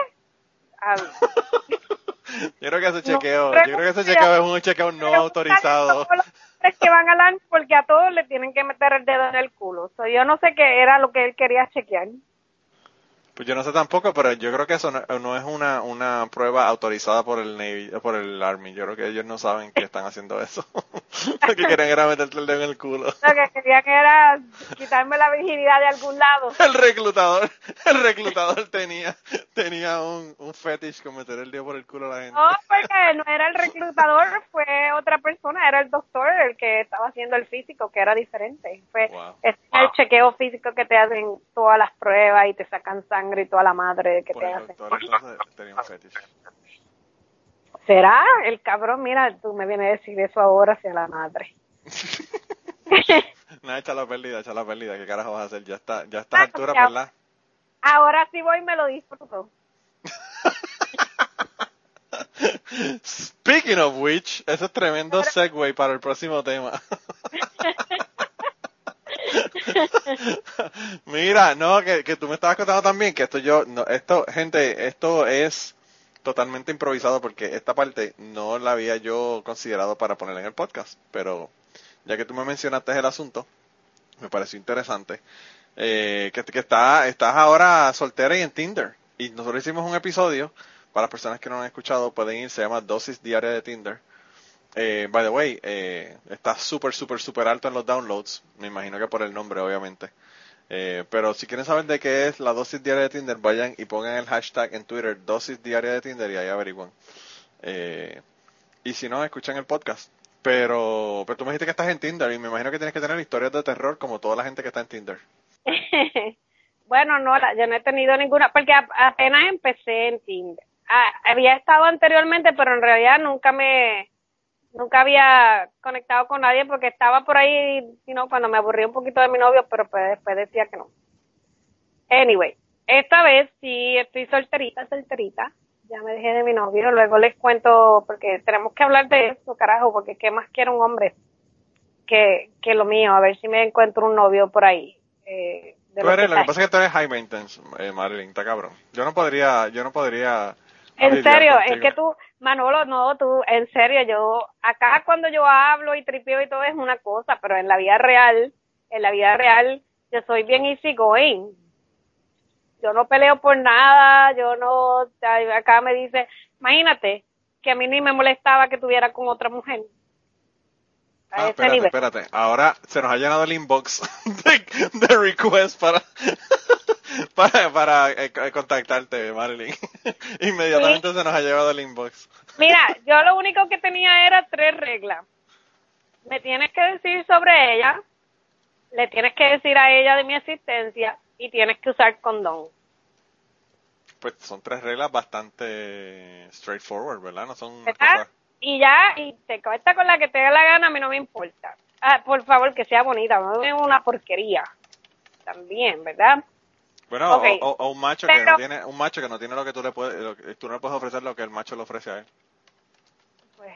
Yo creo que ese chequeo, No, yo creo que ese chequeo es un chequeo no autorizado. Todos los hombres que van al año porque a todos le tienen que meter el dedo en el culo. Yo no sé qué era lo que él quería chequear. Pues yo no sé tampoco, pero yo creo que eso no es una prueba autorizada por el Navy, por el Army. Yo creo que ellos no saben que están haciendo eso. Lo que querían era meterte el dedo en el culo. Lo que querían era quitarme la virginidad de algún lado. El reclutador tenía un fetish con meter el dedo por el culo a la gente. No, porque no era el reclutador, fue otra persona, era el doctor el que estaba haciendo el físico, que era diferente. Fue el chequeo físico que te hacen todas las pruebas y te sacan sangre y toda la madre que por te el hacen. doctor entonces tenía un fetish. ¿Será? El cabrón, mira, tú me vienes a decir eso ahora hacia la madre. No, echa la pérdida. ¿Qué carajo vas a hacer? Ya está a estas alturas, ¿verdad? Ahora sí voy y me lo disfruto. Speaking of which, ese es tremendo segue para el próximo tema. Mira, no, que tú me estabas contando también que esto es totalmente improvisado porque esta parte no la había yo considerado para poner en el podcast, pero ya que tú me mencionaste el asunto, me pareció interesante. Que estás ahora soltera y en Tinder. Y nosotros hicimos un episodio, para las personas que no lo han escuchado, pueden ir, se llama Dosis Diaria de Tinder. By the way, está súper alto en los downloads, me imagino que por el nombre, obviamente. Pero si quieren saber de qué es la dosis diaria de Tinder, vayan y pongan el hashtag en Twitter, dosis diaria de Tinder, y ahí averiguan. Y si no, escuchan el podcast. Pero tú me dijiste que estás en Tinder y me imagino que tienes que tener historias de terror como toda la gente que está en Tinder. Bueno, no, yo no he tenido ninguna, porque apenas empecé en Tinder. Había estado anteriormente, pero en realidad nunca había conectado con nadie porque estaba por ahí, cuando me aburrí un poquito de mi novio, pero pues después decía que no. Anyway, esta vez sí estoy solterita. Ya me dejé de mi novio, luego les cuento, porque tenemos que hablar de eso, carajo, porque qué más quiere un hombre que lo mío, a ver si me encuentro un novio por ahí. Lo que pasa es que tú eres high maintenance, Marilyn, está cabrón. Yo no podría. En serio, es que tú, Manolo, no, tú, en serio, acá cuando yo hablo y tripeo y todo es una cosa, pero en la vida real, yo soy bien easy going. Yo no peleo por nada, acá me dice, imagínate, que a mí ni me molestaba que tuviera con otra mujer. Espérate. Ahora se nos ha llenado el inbox de request para contactarte, Marilyn. Inmediatamente sí. Se nos ha llevado el inbox. Mira, yo lo único que tenía era 3 reglas. Me tienes que decir sobre ella, le tienes que decir a ella de mi existencia y tienes que usar condón. Pues son 3 reglas bastante straightforward, ¿verdad? No son cosas... Y te cuesta con la que te dé la gana, a mí no me importa. Por favor, que sea bonita, no es una porquería. También, ¿verdad? Bueno, okay. o un macho que no tiene lo que tú no le puedes ofrecer lo que el macho le ofrece a él. Pues,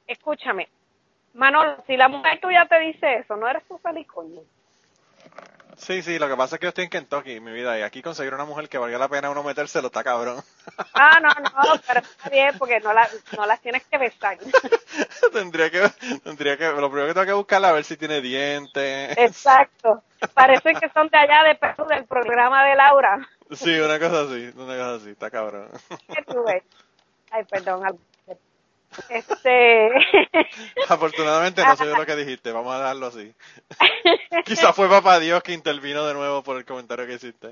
escúchame, Manolo, si la mujer tuya te dice eso, no eres tú feliz, coño. Sí, lo que pasa es que yo estoy en Kentucky, mi vida, y aquí conseguir una mujer que valga la pena uno metérselo está cabrón. No, pero está bien porque no las tienes que besar. tendría que, lo primero que tengo que buscarla a ver si tiene dientes. Exacto. Parece que son de allá de Perú, del programa de Laura. Sí, una cosa así, está cabrón. ¿Qué tú ves? Ay, perdón. Afortunadamente no soy yo lo que dijiste, vamos a dejarlo así. Quizás fue papá Dios que intervino de nuevo por el comentario que hiciste.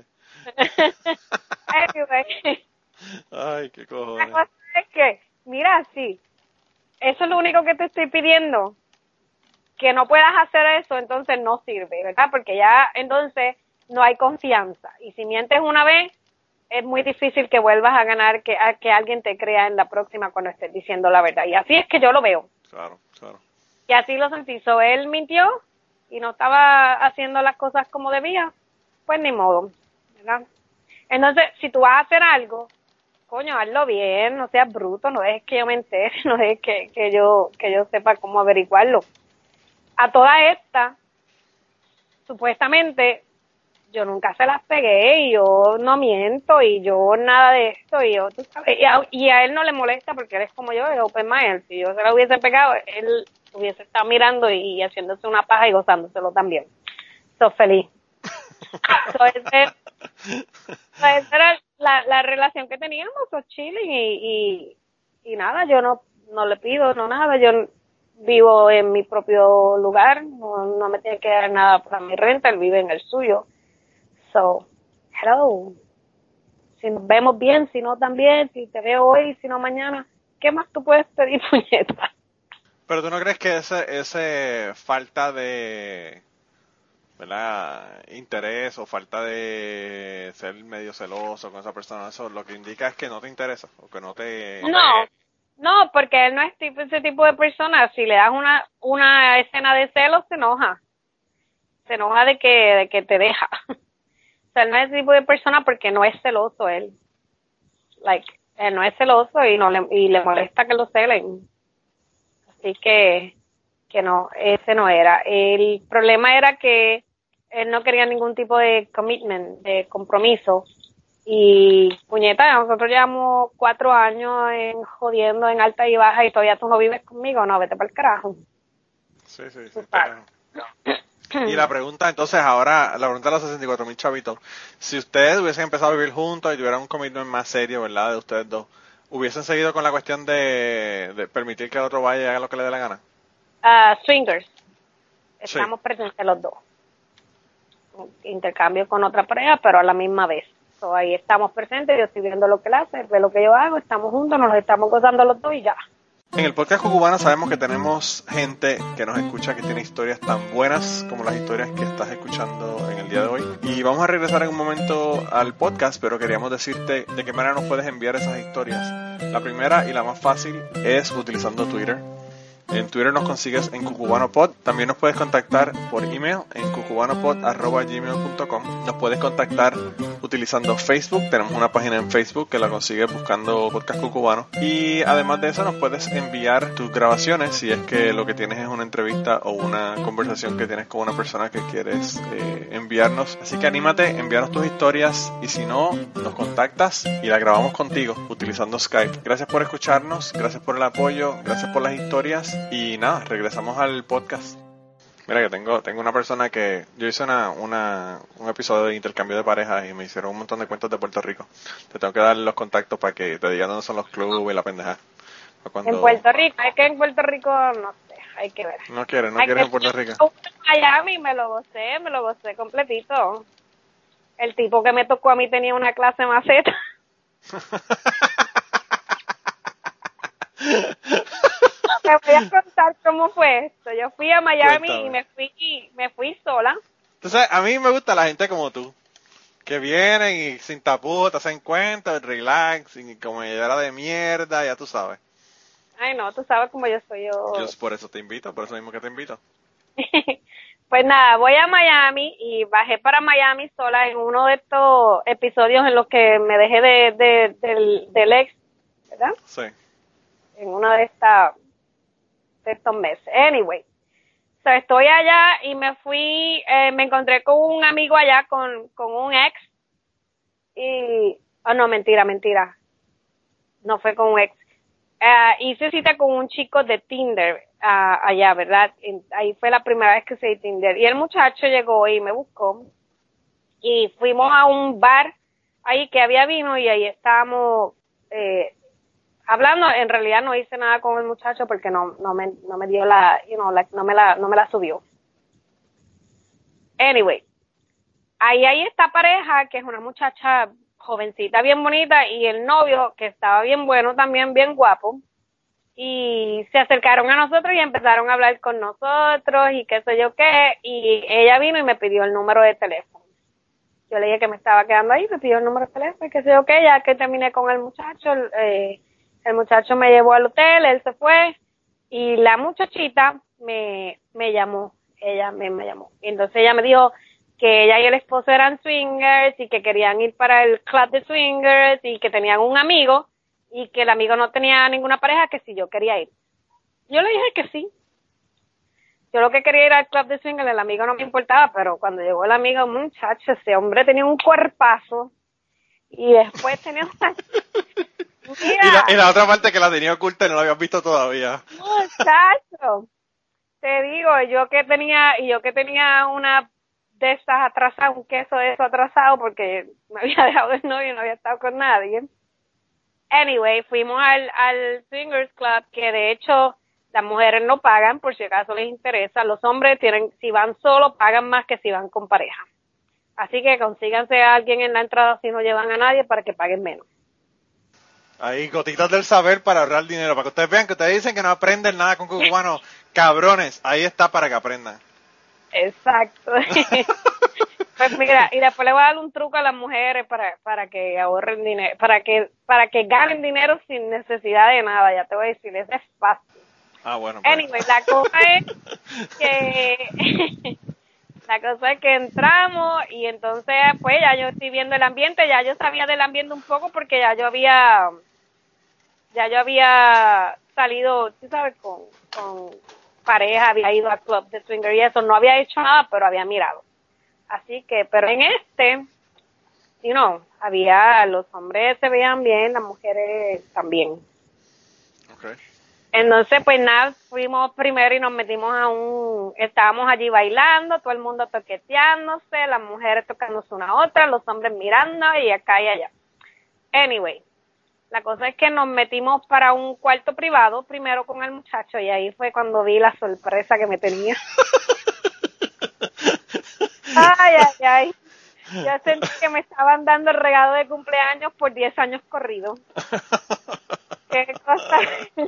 Anyway, Ay, qué la cojones. cosa es que, mira, sí, eso es lo único que te estoy pidiendo. Que no puedas hacer eso, entonces no sirve, ¿verdad? Porque ya entonces no hay confianza. Y si mientes una vez, es muy difícil que vuelvas a ganar, que alguien te crea en la próxima cuando estés diciendo la verdad. Y así es que yo lo veo. Claro. Y así lo sentí. So, él mintió y no estaba haciendo las cosas como debía, pues ni modo, ¿verdad? Entonces, si tú vas a hacer algo, coño, hazlo bien, no seas bruto, no dejes que yo me entere, no dejes que yo sepa cómo averiguarlo. A toda esta, supuestamente, yo nunca se las pegué y yo no miento y yo nada de esto y yo, tú sabes, y a él no le molesta porque él es como yo, es open mind. Si yo se la hubiese pegado, él hubiese estado mirando y haciéndose una paja y gozándoselo también. Soy feliz. Esa era la relación que teníamos, chilling y nada, yo no le pido, no nada, yo vivo en mi propio lugar, no me tiene que dar nada para mi renta, él vive en el suyo. So, hello. Si nos vemos bien, si no también, si te veo hoy, si no mañana, ¿qué más tú puedes pedir, puñeta? Pero tú no crees que ese falta de, ¿verdad?, interés o falta de ser medio celoso con esa persona, eso lo que indica es que no te interesa o que no te... No, porque él no es ese tipo de persona. Si le das una escena de celos, se enoja de que te deja. O sea, él no es ese tipo de persona porque no es celoso él. Él no es celoso y le molesta que lo celen. Así que no, ese no era. El problema era que él no quería ningún tipo de commitment, de compromiso. Y puñeta, nosotros llevamos 4 años jodiendo en alta y baja y todavía tú no vives conmigo, no, vete para el carajo. Sí, claro. Y la pregunta, entonces, ahora, la pregunta de los 64,000 chavitos, si ustedes hubiesen empezado a vivir juntos y tuvieran un commitment más serio, ¿verdad?, de ustedes dos, ¿hubiesen seguido con la cuestión de permitir que el otro vaya y haga lo que le dé la gana? Swingers. Estamos presentes los dos. Intercambio con otra pareja, pero a la misma vez. So, ahí estamos presentes, yo estoy viendo lo que él hace, él ve lo que yo hago, estamos juntos, nos estamos gozando los dos y ya. En el podcast Cucubano sabemos que tenemos gente que nos escucha que tiene historias tan buenas como las historias que estás escuchando en el día de hoy. Y vamos a regresar en un momento al podcast, pero queríamos decirte de qué manera nos puedes enviar esas historias. La primera y la más fácil es utilizando Twitter. En Twitter nos consigues en CucubanoPod. También nos puedes contactar por email en cucubanopod@gmail.com. Nos puedes contactar utilizando Facebook. Tenemos una página en Facebook que la consigues buscando Podcast Cucubano. Y además de eso nos puedes enviar tus grabaciones si es que lo que tienes es una entrevista o una conversación que tienes con una persona que quieres enviarnos. Así que anímate, envíanos tus historias y si no, nos contactas y la grabamos contigo utilizando Skype. Gracias por escucharnos, gracias por el apoyo, gracias por las historias. Y nada, regresamos al podcast. Mira que tengo una persona que... Yo hice un episodio de intercambio de parejas y me hicieron un montón de cuentos de Puerto Rico. Te tengo que dar los contactos para que te digan dónde son los clubes y la pendeja. En Puerto Rico, es que en Puerto Rico no sé, hay que ver. No quieres en Puerto Rico. Miami me lo gocé completito. El tipo que me tocó a mí tenía una clase maceta. Te voy a contar cómo fue esto. Yo fui a Miami. Cuéntame. Y me fui sola. Entonces, a mí me gusta la gente como tú, que vienen y sin tapujos te hacen cuentos, relax, y comedera de mierda, ya tú sabes. Ay, no, tú sabes cómo yo soy. Yo por eso te invito, por eso mismo que te invito. Pues nada, voy a Miami y bajé para Miami sola en uno de estos episodios en los que me dejé del ex, ¿verdad? Sí. En uno de estos meses. Anyway, estoy allá y me fui, me encontré con un amigo allá, con un ex, y, no, mentira, no fue con un ex. Hice cita con un chico de Tinder allá, ¿verdad? Ahí fue la primera vez que usé Tinder. Y el muchacho llegó y me buscó. Y fuimos a un bar ahí que había vino y ahí estábamos hablando. En realidad no hice nada con el muchacho porque no me dio no me la subió. Anyway, ahí hay esta pareja que es una muchacha jovencita, bien bonita, y el novio que estaba bien bueno, también bien guapo, y se acercaron a nosotros y empezaron a hablar con nosotros y qué sé yo qué, y ella vino y me pidió el número de teléfono. Yo le dije que me estaba quedando ahí, me pidió el número de teléfono y qué sé yo qué, ya que terminé con el muchacho muchacho me llevó al hotel, él se fue, y la muchachita me llamó, ella me llamó, y entonces ella me dijo que ella y el esposo eran swingers y que querían ir para el club de swingers y que tenían un amigo y que el amigo no tenía ninguna pareja, que si yo quería ir. Yo le dije que sí. Yo lo que quería ir al club de swingers, el amigo no me importaba, pero cuando llegó el amigo, muchacho, ese hombre tenía un cuerpazo y después tenía una... Mira, y la otra parte que la tenía oculta y no la habías visto todavía. Muchacho, te digo, yo que tenía una de estas atrasadas, un queso de eso atrasado porque me había dejado el novio y no había estado con nadie. Anyway, fuimos al Swingers Club, que de hecho las mujeres no pagan, por si acaso les interesa. Los hombres si van solos, pagan más que si van con pareja. Así que consíganse a alguien en la entrada si no llevan a nadie para que paguen menos. Ahí, gotitas del saber para ahorrar dinero, para que ustedes vean que ustedes dicen que no aprenden nada con cubanos. Cabrones, ahí está para que aprendan. Exacto. Pues mira, y después le voy a dar un truco a las mujeres para que ahorren dinero, para que ganen dinero sin necesidad de nada. Ya te voy a decir, eso es fácil. Bueno. Pues. Anyway, la cosa es que entramos y entonces pues ya yo estoy viendo el ambiente, ya yo sabía del ambiente un poco porque ya yo había salido, tú sabes, con pareja, había ido al club de swinger y eso, no había hecho nada, pero había mirado. Así que, pero en los hombres se veían bien, las mujeres también. Okay. Entonces, pues nada, fuimos primero y nos metimos estábamos allí bailando, todo el mundo toqueteándose, las mujeres tocándose una a otra, los hombres mirando y acá y allá. Anyway, la cosa es que nos metimos para un cuarto privado primero con el muchacho y ahí fue cuando vi la sorpresa que me tenía. Ay. Yo sentí que me estaban dando el regalo de cumpleaños por 10 años corridos. Qué cosa.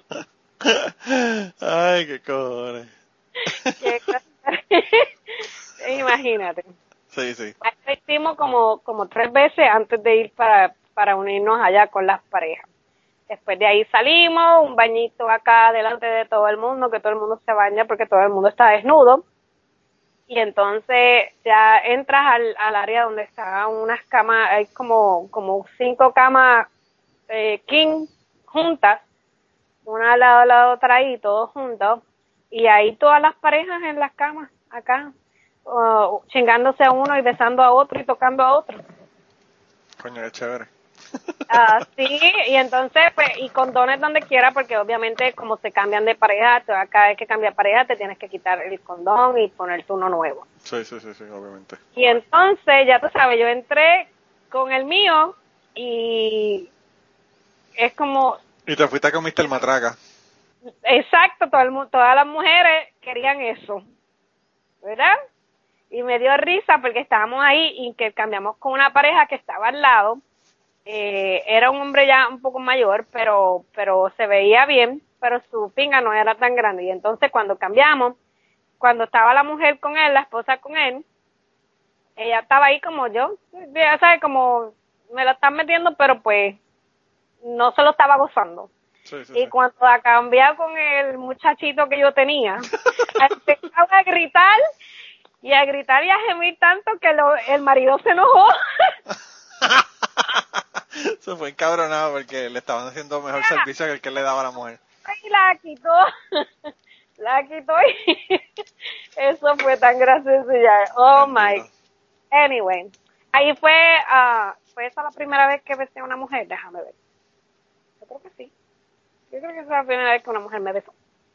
Ay, qué cojones. Qué cosa. Imagínate. Sí. Lo hicimos como 3 veces antes de ir para unirnos allá con las parejas. Después de ahí salimos, un bañito acá delante de todo el mundo, que todo el mundo se baña porque todo el mundo está desnudo. Y entonces ya entras al área donde están unas camas, hay como 5 camas king juntas, una al lado de la otra ahí, todos juntos. Y ahí todas las parejas en las camas, acá, chingándose a uno y besando a otro y tocando a otro. Coño, qué chévere. Sí, y entonces, pues, y condones donde quiera, porque obviamente como se cambian de pareja, cada vez que cambia pareja te tienes que quitar el condón y ponerte uno nuevo. Sí, obviamente. Y entonces, ya tú sabes, yo entré con el mío y es como... Y te fuiste con Mr. Matraca. Exacto, todas las mujeres querían eso, ¿verdad? Y me dio risa porque estábamos ahí y que cambiamos con una pareja que estaba al lado. Era un hombre ya un poco mayor, pero se veía bien, pero su pinga no era tan grande. Y entonces cuando cambiamos, cuando estaba la mujer con él, la esposa con él, ella estaba ahí como yo, ya sabes, como me lo están metiendo, pero pues no se lo estaba gozando. Y cuando la cambié con el muchachito que yo tenía, empezaba a gritar y a gemir tanto que el marido se enojó. Se fue encabronado porque le estaban haciendo mejor servicio que el que le daba a la mujer. Y la quitó y Eso fue tan gracioso ya. Oh my. Bendito. Anyway, ahí fue esa la primera vez que besé a una mujer. Déjame ver. Yo creo que sí. Yo creo que esa es la primera vez que una mujer me besó.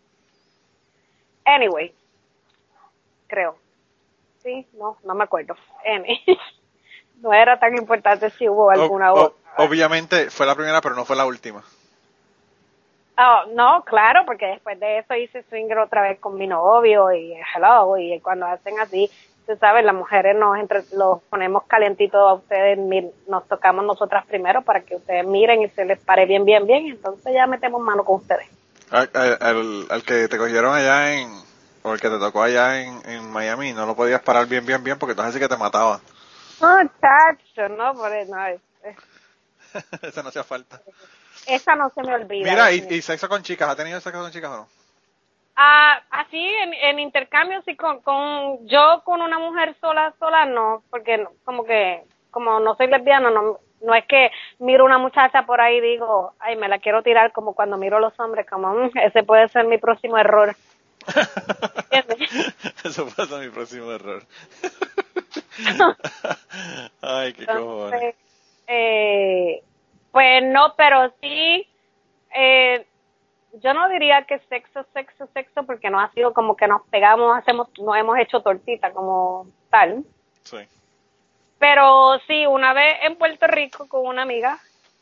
Anyway, creo. Sí, no me acuerdo. No era tan importante si hubo alguna otra. Obviamente fue la primera, pero no fue la última. Oh, no, claro, porque después de eso hice swinger otra vez con mi novio y hello, y cuando hacen así, tú sabes, las mujeres los ponemos calientitos a ustedes, nos tocamos nosotras primero para que ustedes miren y se les pare bien, entonces ya metemos mano con ustedes. Al que te cogieron allá o el que te tocó allá en Miami, no lo podías parar bien, porque entonces sí que te mataba. No, chacho, no, por eso, no, Eso no hacía falta. esa no se me olvida. Mira, y sexo con chicas, ¿ha tenido sexo con chicas o no? Así en intercambio, sí, yo con una mujer sola, no, porque como no soy lesbiana, no es que miro una muchacha por ahí y digo, ay, me la quiero tirar, como cuando miro a los hombres, como, ese puede ser mi próximo error. Eso puede ser mi próximo error. Ay, qué cojones. Pues no, pero sí, yo no diría que sexo, porque no ha sido como que nos pegamos, no hemos hecho tortita como tal. Sí. Pero sí, una vez en Puerto Rico con una amiga,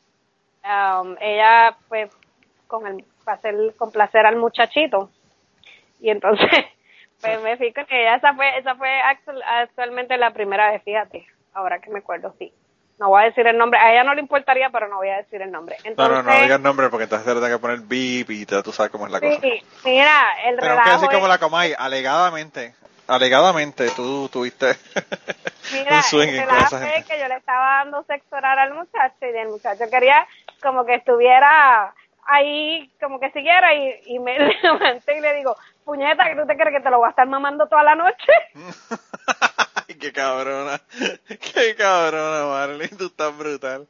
ella pues para hacer complacer al muchachito, y entonces pues me fijo que esa fue actualmente la primera vez, fíjate, ahora que me acuerdo, sí. No voy a decir el nombre, a ella no le importaría, pero no voy a decir el nombre. Entonces, No digas nombre porque entonces te tengo que poner beep y tú sabes cómo es la cosa. Sí, mira, el tenemos que decir relajo como la Comay, alegadamente tú tuviste mira, un swinging el con esa relajo es gente. que yo le estaba dando sexo oral al muchacho y el muchacho quería como que estuviera ahí, como que siguiera y me levanté y le digo, puñeta, ¿que tú te crees que te lo voy a estar mamando toda la noche? Ay, qué cabrona, Marlene, tú estás brutal.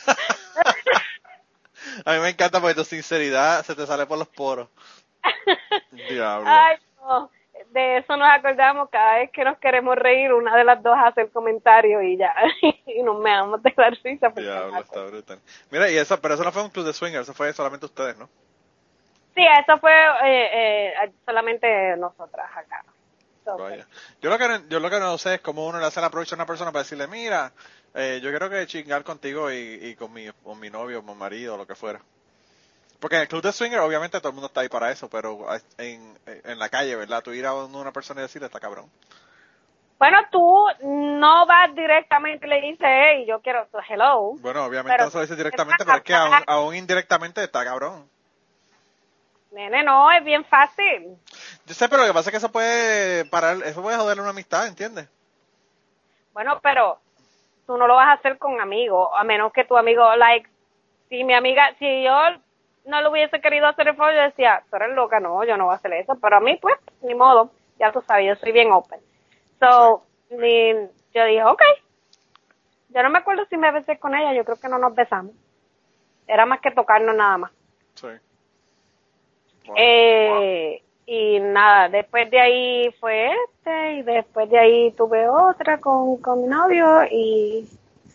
A mí me encanta porque tu sinceridad se te sale por los poros. Diablo. Ay, no, de eso nos acordamos cada vez que nos queremos reír, una de las dos hace el comentario y ya, y nos meamos de la risa. Diablo, está brutal. Mira, pero eso no fue un club de swinger, eso fue solamente ustedes, ¿no? Sí, eso fue solamente nosotras acá. Vaya. Yo lo que no sé es cómo uno le hace el approach a una persona para decirle, mira, yo quiero que chingar contigo y con mi novio, con mi marido, lo que fuera. Porque en el club de swinger obviamente todo el mundo está ahí para eso, pero en la calle, ¿verdad? Tú ir a una persona y decirle, está cabrón. Bueno, tú no vas directamente y le dices, hey, yo quiero tu hello. Bueno, obviamente pero no se lo dice directamente, pero es que aún indirectamente está cabrón. Nene, no, es bien fácil. Yo sé, pero lo que pasa es que eso puede joderle una amistad, ¿entiendes? Bueno, pero tú no lo vas a hacer con amigos, a menos que tu amigo, si yo no lo hubiese querido hacer el favor, yo decía, tú eres loca, no, yo no voy a hacer eso, pero a mí, pues, ni modo, ya tú sabes, yo soy bien open. So, yo dije, ok. Yo no me acuerdo si me besé con ella, yo creo que no nos besamos. Era más que tocarnos nada más. Sí. Wow. Y nada, después de ahí fue y después de ahí tuve otra con mi novio y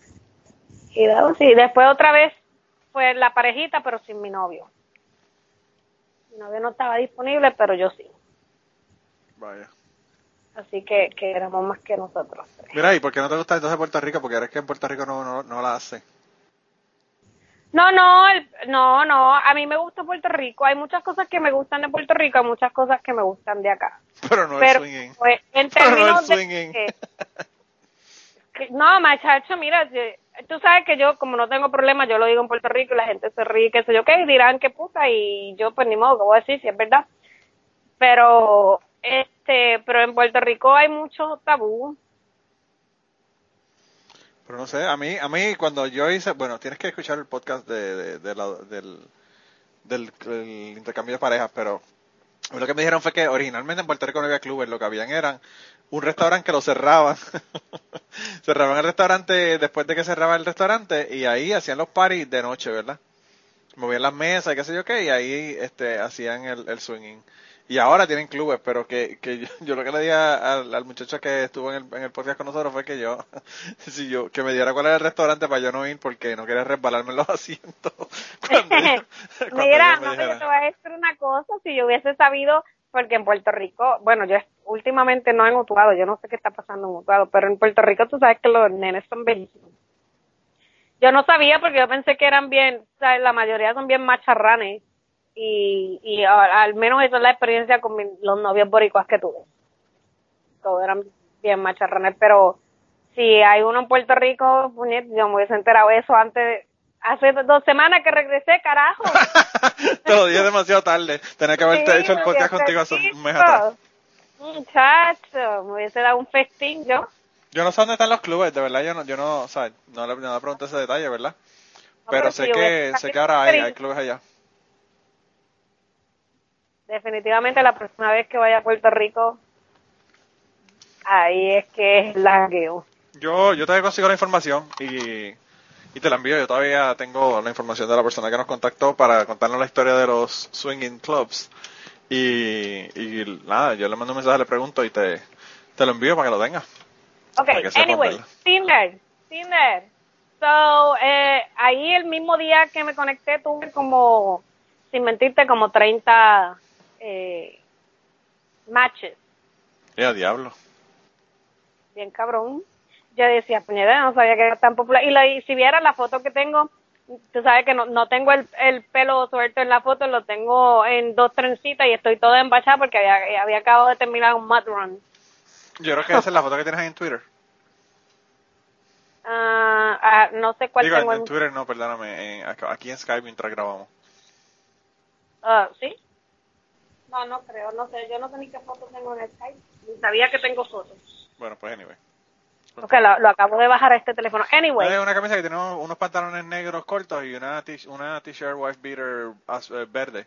después otra vez fue la parejita pero sin mi novio. Mi novio no estaba disponible, pero yo sí. Vaya. Así que éramos más que nosotros. Mira, ¿y por qué no te gusta entonces Puerto Rico? Porque eres que en Puerto Rico no la hace. No, a mí me gusta Puerto Rico, hay muchas cosas que me gustan de Puerto Rico, hay muchas cosas que me gustan de acá. Pero no el swinging. Pues, en términos de no, machacho, mira, tú sabes que yo, como no tengo problemas, yo lo digo en Puerto Rico y la gente se ríe, qué sé yo qué, y dirán que puta, y yo pues ni modo, que voy a decir si es verdad. Pero en Puerto Rico hay muchos tabú. Pero no sé, a mí cuando yo hice, bueno, tienes que escuchar el podcast del intercambio de parejas, pero lo que me dijeron fue que originalmente en Puerto Rico no había clubes, lo que habían eran un restaurante que lo cerraban. Cerraban el restaurante después de que cerraba el restaurante y ahí hacían los parties de noche, ¿verdad? Movían las mesas y qué sé yo qué, y ahí hacían el swinging. Y ahora tienen clubes, pero que yo lo que le dije al muchacho que estuvo en el podcast con nosotros fue que que me diera cuál era el restaurante para yo no ir porque no quería resbalarme en los asientos. Mira, no, yo te voy a decir una cosa, si yo hubiese sabido, porque en Puerto Rico, bueno, yo últimamente no en Utuado, yo no sé qué está pasando en Utuado, pero en Puerto Rico tú sabes que los nenes son bellísimos. Yo no sabía porque yo pensé que eran bien, o sea, la mayoría son bien macharranes. Y al menos esa es la experiencia con los novios boricuas que tuve. Todos eran bien macharranes, pero si hay uno en Puerto Rico, puñet, yo me hubiese enterado eso hace 2 semanas que regresé, carajo. Te lo dije demasiado tarde. Tenía que haberte hecho el podcast contigo hace un mes atrás. Muchacho, me hubiese dado un festín yo. Yo no sé dónde están los clubes, de verdad, yo no, o sea, no le pregunté ese detalle, ¿verdad? Pero sé que ahora hay clubes allá. Definitivamente la próxima vez que vaya a Puerto Rico, ahí es que es lagueo. Yo te consigo la información y te la envío. Yo todavía tengo la información de la persona que nos contactó para contarnos la historia de los swinging clubs. Y nada, yo le mando un mensaje, le pregunto y te lo envío para que lo tengas. Ok, anyway, Tinder. So, ahí el mismo día que me conecté tuve como, sin mentirte, como 30 matches. ¡A diablo! Bien cabrón. Yo decía, puñeta, no sabía que era tan popular. Y si vieras la foto que tengo, tú sabes que no tengo el pelo suelto en la foto, lo tengo en 2 trencitas y estoy toda embachada porque había acabado de terminar un mud run. Yo creo que esa es la foto que tienes ahí en Twitter. No sé cuál tengo en Twitter, no, perdóname, aquí en Skype mientras grabamos. ¿Sí? No creo, no sé, yo no sé ni qué fotos tengo en el Skype, ni sabía que tengo fotos. Bueno, pues anyway. Ok, lo acabo de bajar a este teléfono. Anyway. Hay una camisa que tiene unos pantalones negros cortos y una t-shirt wife beater verde.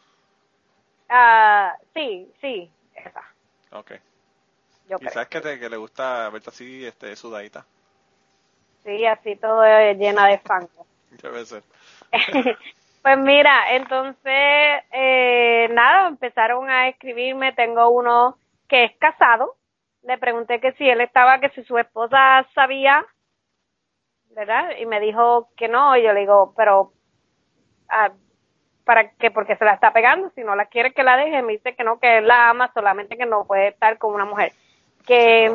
Sí, esa. Ok. Yo Y creo. sabes que le gusta verte así, sudadita. Sí, así todo llena de fango. Debe ser. Pues mira, entonces, nada, empezaron a escribirme, tengo uno que es casado, le pregunté que si su esposa sabía, ¿verdad? Y me dijo que no, y yo le digo, pero, ¿para qué? Porque se la está pegando, si no la quiere que la deje, me dice que no, que él la ama, solamente que no puede estar con una mujer. Que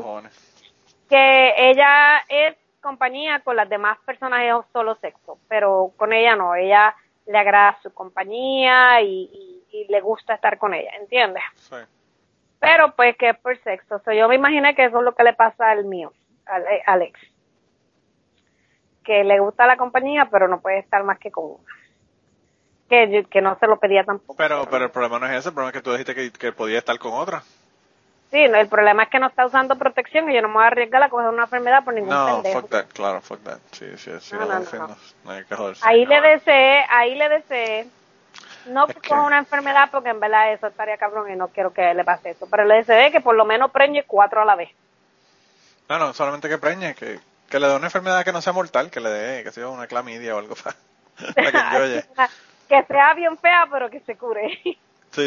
ella es compañía con las demás personas de un solo sexo, pero con ella no, ella le agrada su compañía y le gusta estar con ella, ¿entiendes? Sí. Pero pues que es por sexo, yo me imaginé que eso es lo que le pasa al mío, al Alex, que le gusta la compañía pero no puede estar más que con una, que no se lo pedía tampoco. Pero el problema no es ese, el problema es que tú dijiste que podía estar con otra. Sí, no, el problema es que no está usando protección y yo no me voy a arriesgar a coger una enfermedad por ningún pendejo. Fuck that. Sí, no hay que joderse. Ahí le deseé, no que coja una enfermedad porque en verdad eso estaría cabrón y no quiero que le pase eso, pero le deseé que por lo menos preñe 4 a la vez. No, solamente que preñe, que le dé una enfermedad que no sea mortal, que le dé, que sea una clamidia o algo para que enjoye. Que sea bien fea pero que se cure. Sí.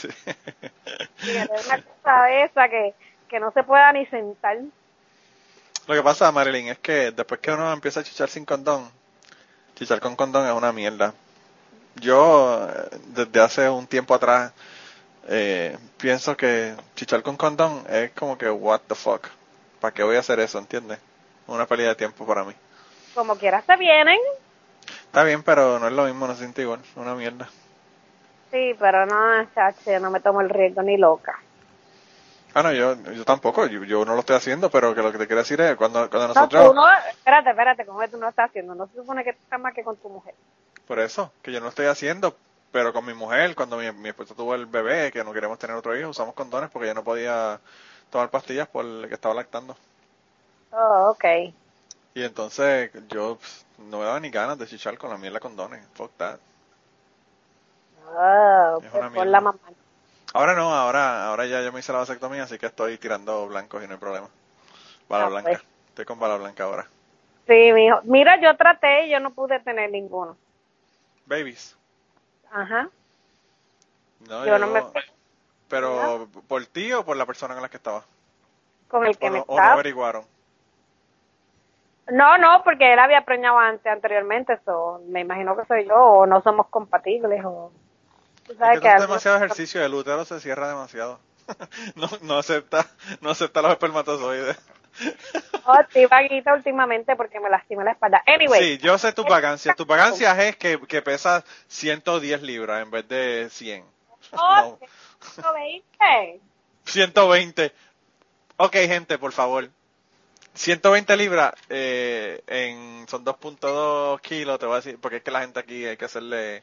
Una cosa esa que no se pueda ni sentar. Lo que pasa, Marilyn, es que después que uno empieza a chichar sin condón, chichar con condón es una mierda. Yo, desde hace un tiempo atrás, pienso que chichar con condón es como que, what the fuck, ¿para qué voy a hacer eso, entiendes? Una pérdida de tiempo para mí. Como quiera se vienen. Está bien, pero no es lo mismo, no se siente igual, una mierda. Sí, pero no, chache, no me tomo el riesgo ni loca. No, yo tampoco, yo no lo estoy haciendo, pero que lo que te quiero decir es cuando nosotros... No, espérate, como que tú no estás haciendo, no se supone que tú estás más que con tu mujer. Por eso, que yo no lo estoy haciendo, pero con mi mujer, cuando mi esposa tuvo el bebé, que no queremos tener otro hijo, usamos condones porque ella no podía tomar pastillas por el que estaba lactando. Oh, okay. Y entonces yo no me daba ni ganas de chichar con la mierda de condones, fuck that. Oh, pues por la mamá. Ahora no, ahora ya me hice la vasectomía, así que estoy tirando blancos y no hay problema. Bala blanca. Pues. Estoy con bala blanca ahora. Sí, mijo. Mira, yo traté y yo no pude tener ninguno. Babies. Ajá. No, yo no me... Pero, ¿por ti o por la persona con la que estabas? Con el que me O no estaba. averiguaron. No, porque él había preñado anteriormente, eso me imagino que soy yo, o no somos compatibles, o... ¿tú Es sabes que tú haces algo- demasiado ejercicio, el útero se cierra demasiado. No acepta los espermatozoides. Oh, estoy vaguita últimamente porque me lastimé la espalda. Anyway. Sí, yo sé tus vagancias. Tus vagancias es que pesas 110 libras en vez de 100. Oh, No, 120. 120. Ok, gente, por favor. 120 libras son 2.2 kilos, te voy a decir, porque es que la gente aquí hay que hacerle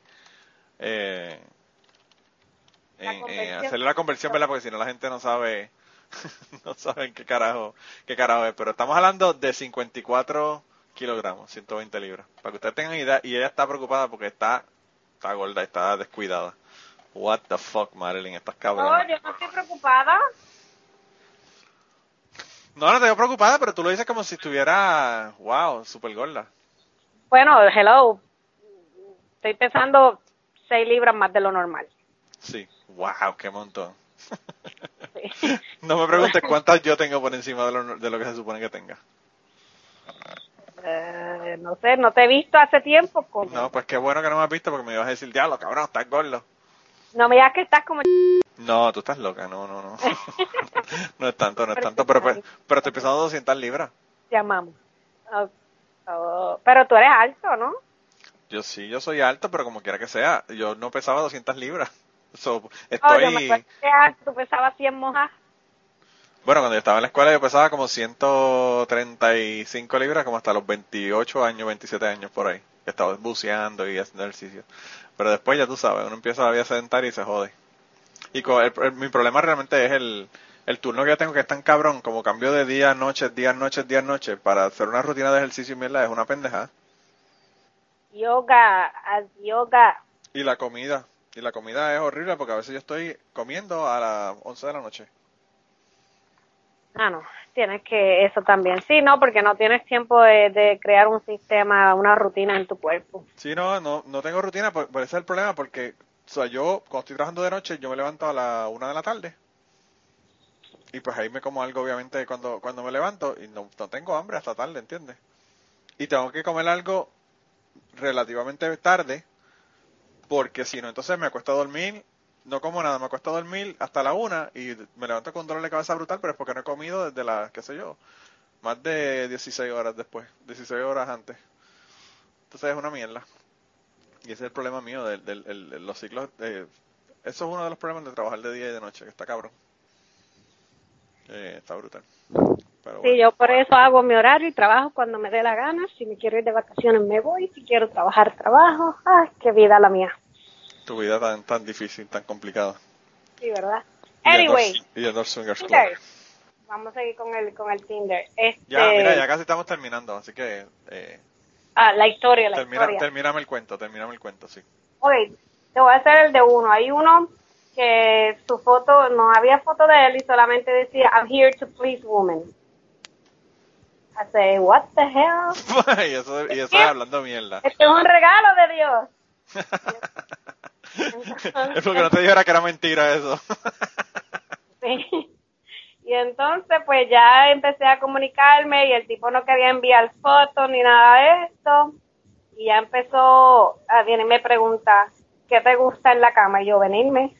hacerle la conversión, ¿verdad? Porque si no la gente no sabe no saben qué carajo es, pero estamos hablando de 54 kilogramos, 120 libras, para que ustedes tengan idea, y ella está preocupada porque está gorda, está descuidada. What the fuck, Marilyn, estás No, cabrona. yo no estoy preocupada. No te veo preocupada, pero tú lo dices como si estuviera, wow, super gorda. Bueno, hello. Estoy pesando 6 libras más de lo normal. Sí, wow, qué montón. Sí. No me preguntes cuántas yo tengo por encima de lo que se supone que tenga. No sé, no te he visto hace tiempo. No, pues qué bueno que no me has visto porque me ibas a decir, diablo, cabrón, estás gordo. No me digas que estás como... No, tú estás loca, no. No es tanto, pero estoy pesando 200 libras. Llamamos. Pero tú eres alto, ¿no? Yo soy alto, pero como quiera que sea, yo no pesaba 200 libras. So, Oh, yo me estoy... acuerdo que alto, tú pesabas 100 mojas. Bueno, cuando yo estaba en la escuela yo pesaba como 135 libras, como hasta los 28 años, 27 años por ahí. Estaba buceando y haciendo ejercicio. Pero después ya tú sabes, uno empieza la vida sedentaria y se jode. Y mi problema realmente es el turno que yo tengo, que es tan cabrón, como cambio de día a noche, para hacer una rutina de ejercicio y mierda, es una pendejada. Yoga. Y la comida es horrible porque a veces yo estoy comiendo a las 11 de la noche. Ah, no, tienes que, eso también. Sí, no, porque no tienes tiempo de crear un sistema, una rutina en tu cuerpo. Sí, no tengo rutina, por ese es el problema, porque, o sea, yo cuando estoy trabajando de noche, yo me levanto a la 1 de la tarde. Y pues ahí me como algo, obviamente, cuando me levanto, y no tengo hambre hasta tarde, ¿entiendes? Y tengo que comer algo relativamente tarde, porque si no, entonces me acuesto a dormir, no como nada, me acuesto a dormir hasta la 1 y me levanto con un dolor de cabeza brutal, pero es porque no he comido desde las, qué sé yo, más de 16 horas después, 16 horas antes. Entonces es una mierda. Y ese es el problema mío de los ciclos. Eso es uno de los problemas de trabajar de día y de noche, que está cabrón. Está brutal. Pero Sí, bueno. yo por eso hago mi horario y trabajo cuando me dé la gana. Si me quiero ir de vacaciones me voy. Si quiero trabajar, trabajo. Ay, qué vida la mía. Tu vida tan difícil, tan complicada. Sí, ¿verdad? Y Anyway. yendo al Swingers Club. Tinder. Vamos a seguir con el Tinder. Ya, mira, ya casi estamos terminando, así que... La historia. Termíname el cuento, sí. Ok, te voy a hacer el de uno. Hay uno que su foto, no había foto de él y solamente decía, I'm here to please women. I say, what the hell? y eso es hablando mierda. Este es un regalo de Dios. Es porque no te dijera que era mentira eso. Sí. Y entonces pues ya empecé a comunicarme y el tipo no quería enviar fotos ni nada de esto. Y ya empezó a venir y me pregunta, ¿qué te gusta en la cama? Y yo, venirme.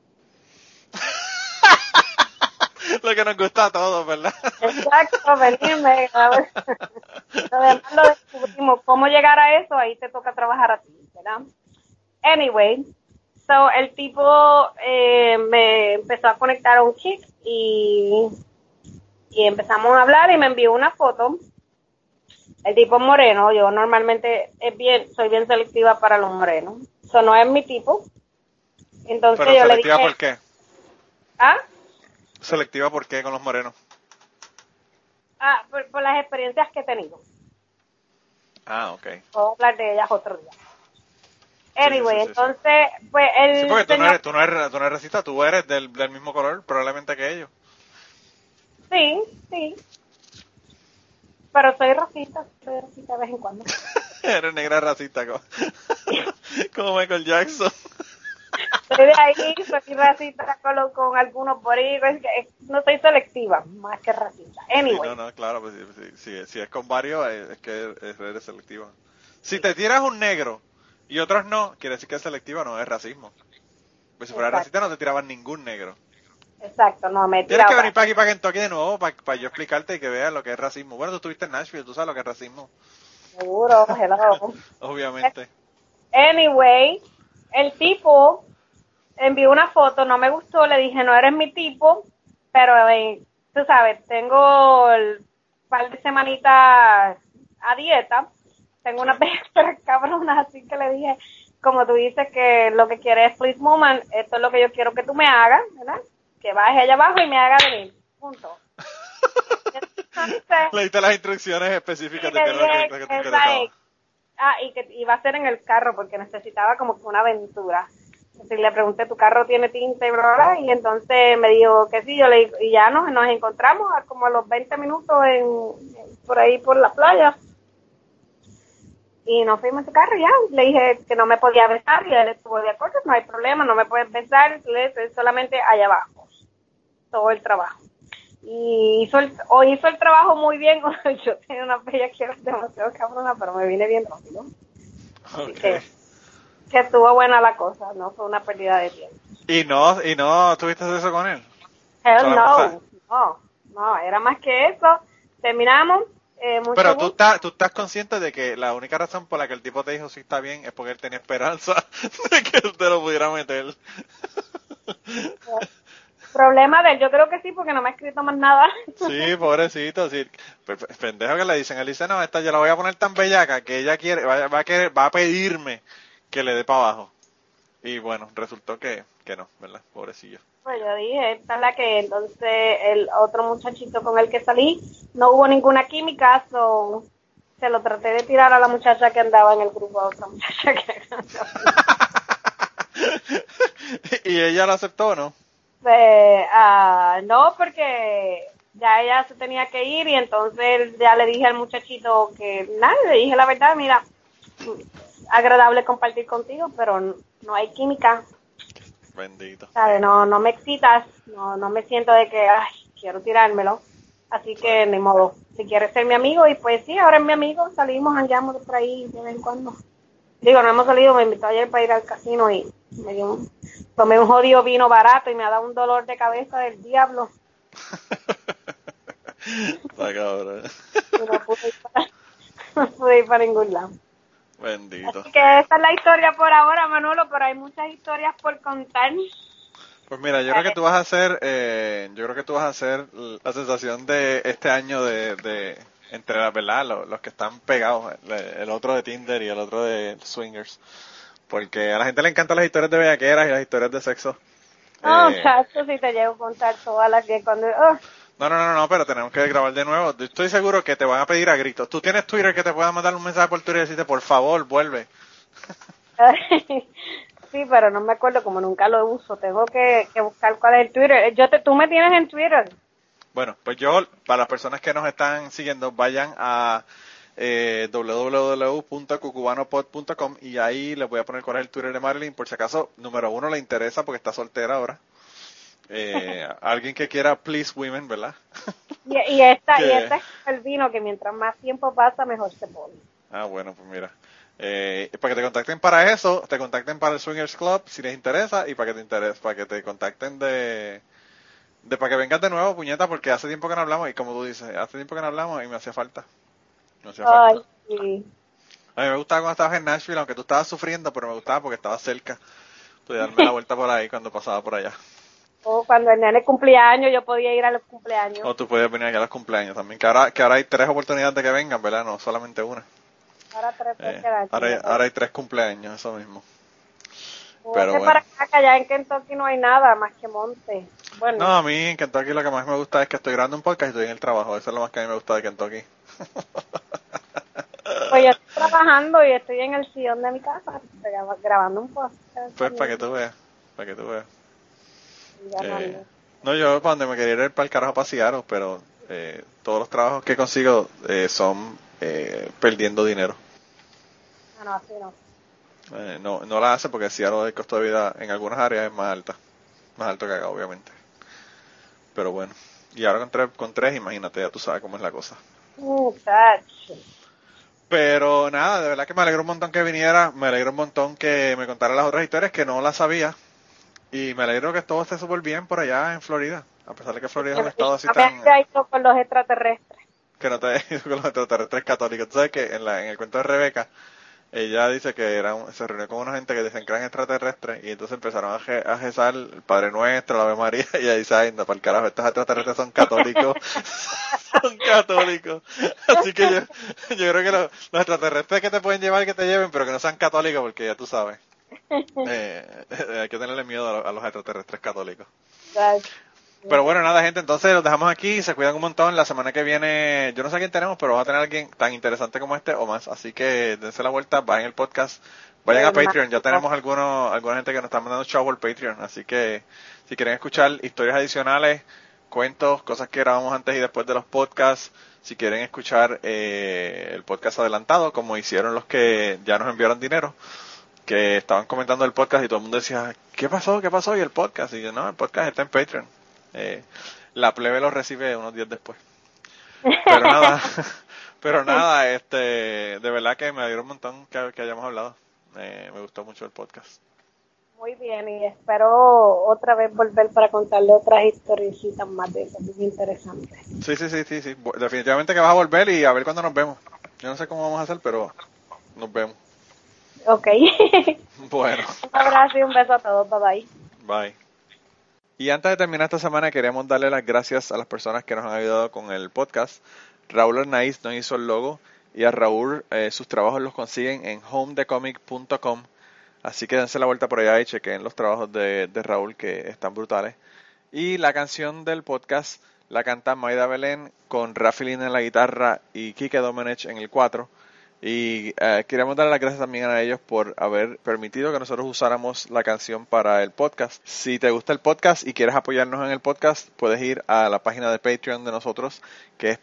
Lo que nos gusta a todos, ¿verdad? Exacto, venirme. Lo demás lo descubrimos. ¿Cómo llegar a eso? Ahí te toca trabajar a ti, ¿verdad? Anyway, so el tipo me empezó a conectar a un chick y empezamos a hablar y me envió una foto. El tipo es moreno, yo normalmente soy bien selectiva para los morenos. Eso no es mi tipo. Entonces Pero yo le selectiva dije, ¿por qué? ¿ah? ¿Selectiva por qué con los morenos? Por las experiencias que he tenido. Ah, ok. Puedo hablar de ellas otro día. Anyway, sí. Entonces, pues el Sí, porque señor... tú no eres racista, tú eres del mismo color probablemente que ellos. Sí. Pero soy racista de vez en cuando. Eres negra racista como Michael Jackson. Soy de ahí, soy racista con algunos boricuas, no soy selectiva, más que racista. Sí, Anyway, no, claro, pues si es con varios, es que eres selectiva. Si te tiras un negro y otros no, quiere decir que es selectiva, no es racismo. Pues si fuera Exacto. racista no te tiraban ningún negro. exacto, no me he Tienes que tirado. venir para aquí, para Kentucky de nuevo, para yo explicarte y que veas lo que es racismo. Bueno, tú estuviste en Nashville, tú sabes lo que es racismo. Seguro, hello. Obviamente. Anyway, el tipo envió una foto, no me gustó, le dije, no eres mi tipo, pero tú sabes, tengo el par de semanitas a dieta, tengo unas bellas cabronas, así que le dije, como tú dices que lo que quieres es please moment, esto es lo que yo quiero que tú me hagas, ¿verdad? Que baje allá abajo y me haga venir, punto. Entonces, Le diste las instrucciones específicas y de le qué era lo dije que te que interesaba. y que iba a ser en el carro porque necesitaba como que una aventura. Entonces le pregunté, ¿tu carro tiene tinte y bla, bla? Y entonces me dijo que sí, yo le digo, y ya nos encontramos como a los 20 minutos por ahí por la playa. Y nos fuimos en su carro y ya. Le dije que no me podía besar y él estuvo de acuerdo, no hay problema, no me puedes besar, es solamente allá abajo. Todo el trabajo. Y hizo el trabajo muy bien. Yo tenía una bella que era demasiado cabrona, pero me vine bien rápido. Así Ok. que estuvo buena la cosa, no fue una pérdida de tiempo. ¿Y no tuviste eso con él? Hell Solamente- no, era más que eso. Terminamos, mucho Pero tú gusto. estás consciente de que la única razón por la que el tipo te dijo sí está bien es porque él tenía esperanza de que usted lo pudiera meter. Problema de él, yo creo que sí, porque no me ha escrito más nada. Sí, pobrecito, sí. Pendejo que le dicen, él dice, no, esta yo la voy a poner tan bellaca que ella quiere, va a pedirme que le dé para abajo. Y bueno, resultó que no, ¿verdad? Pobrecillo. Pues yo dije, esta es la que, entonces el otro muchachito con el que salí, no hubo ninguna química, se lo traté de tirar a la muchacha que andaba en el grupo, a otra muchacha que ¿Y ella lo aceptó o no? no, porque ya ella se tenía que ir y entonces ya le dije al muchachito que nada, le dije la verdad, mira, agradable compartir contigo, pero no hay química, Bendito. ¿sabes? No me excitas, no me siento de que, ay, quiero tirármelo, así que ni modo, si quieres ser mi amigo, y pues sí, ahora es mi amigo, salimos, andamos por ahí de vez en cuando. Digo, no hemos salido, me invitó ayer para ir al casino y tomé un jodido vino barato y me ha dado un dolor de cabeza del diablo. Está cabrón. Y no pude ir para ningún lado. Bendito. Así que esa es la historia por ahora, Manolo, pero hay muchas historias por contar. Pues mira, yo creo que tú vas a hacer, la sensación de este año de entre las verdad, los que están pegados, el otro de Tinder y el otro de Swingers, porque a la gente le encantan las historias de bellaqueras y las historias de sexo. No, chacho, si te llego a contar todas las que cuando... No, pero tenemos que grabar de nuevo. Yo estoy seguro que te van a pedir a gritos. ¿Tú tienes Twitter que te pueda mandar un mensaje por Twitter y decirte, por favor, vuelve? Sí, pero no me acuerdo, como nunca lo uso. Tengo que buscar cuál es el Twitter. Tú me tienes en Twitter. Bueno, pues para las personas que nos están siguiendo, vayan a www.cucubanopod.com y ahí les voy a poner cuál es el Twitter de Marilyn, por si acaso, número 1 le interesa porque está soltera ahora. Alguien que quiera Please Women, ¿verdad? Y esta es el vino que mientras más tiempo pasa, mejor se pone. Ah, bueno, pues mira. Para que te contacten para eso, te contacten para el Swingers Club si les interesa y para que te contacten para que vengas de nuevo, puñeta, porque hace tiempo que no hablamos y como tú dices, hace tiempo que no hablamos y me hacía falta. Ay, sí. A mí me gustaba cuando estabas en Nashville, aunque tú estabas sufriendo, pero me gustaba porque estabas cerca. Podía darme la vuelta por ahí cuando pasaba por allá. O cuando el nene cumplía años, yo podía ir a los cumpleaños. O tú podías venir aquí a los cumpleaños también, que ahora hay 3 oportunidades de que vengan, ¿verdad? No solamente una. Ahora 3 veces Ahora hay 3 cumpleaños, eso mismo. Pero bueno. Para acá, que allá en Kentucky no hay nada más que monte. Bueno. No, a mí en Kentucky lo que más me gusta es que estoy grabando un podcast y estoy en el trabajo. Eso es lo más que a mí me gusta de Kentucky. Pues yo estoy trabajando y estoy en el sillón de mi casa grabando un podcast. Pues para que tú veas. Ya No, yo para donde me quería ir para el carajo para Seattle, pero todos los trabajos que consigo son perdiendo dinero. no, así no. no la hace porque Seattle el costo de vida en algunas áreas es más alto que acá, obviamente. Pero bueno, y ahora con tres, imagínate, ya tú sabes cómo es la cosa. Muchacho. Pero nada, de verdad que me alegro un montón que viniera, me alegro un montón que me contara las otras historias que no las sabía, y me alegro que todo esté súper bien por allá en Florida, a pesar de que Florida es un estado así No tan... me haya ido con los extraterrestres. que no te haya ido con los extraterrestres católicos. Tú sabes que en el cuento de Rebeca, ella dice que se reunió con una gente que dicen que eran extraterrestres, y entonces empezaron a rezar el Padre Nuestro, la Ave María, y ella dice, ay, no, para el carajo, estos extraterrestres son católicos. Son católicos. Así que yo creo que los extraterrestres que te pueden llevar, que te lleven, pero que no sean católicos, porque ya tú sabes. Hay que tenerle miedo a los extraterrestres católicos. Pero bueno, nada, gente, entonces los dejamos aquí, se cuidan un montón. La semana que viene, yo no sé a quién tenemos, pero vamos a tener a alguien tan interesante como este o más. Así que dense la vuelta, vayan al podcast, vayan a Patreon. Ya tenemos alguna gente que nos está mandando show por Patreon. Así que si quieren escuchar historias adicionales, cuentos, cosas que grabamos antes y después de los podcasts, si quieren escuchar el podcast adelantado, como hicieron los que ya nos enviaron dinero, que estaban comentando el podcast y todo el mundo decía, ¿qué pasó? Y el podcast, y yo, no, el podcast está en Patreon. La plebe lo recibe unos días después. Pero nada, de verdad que me alegró un montón que hayamos hablado. Me gustó mucho el podcast. Muy bien, y espero otra vez volver para contarle otras historiecitas más de esas, muy interesantes. Sí. Definitivamente que vas a volver y a ver cuándo nos vemos. Yo no sé cómo vamos a hacer, pero nos vemos. Ok. Bueno. Un abrazo y un beso a todos. Bye bye. Bye. Y antes de terminar esta semana, queremos darle las gracias a las personas que nos han ayudado con el podcast. Raúl Arnaiz nos hizo el logo, y a Raúl sus trabajos los consiguen en homedecomic.com. Así que dense la vuelta por allá y chequen los trabajos de Raúl, que están brutales. Y la canción del podcast la canta Maida Belén con Rafi Lin en la guitarra y Kike Domenech en el 4. Y queríamos darle las gracias también a ellos por haber permitido que nosotros usáramos la canción para el podcast. Si te gusta el podcast y quieres apoyarnos en el podcast, puedes ir a la página de Patreon de nosotros, que es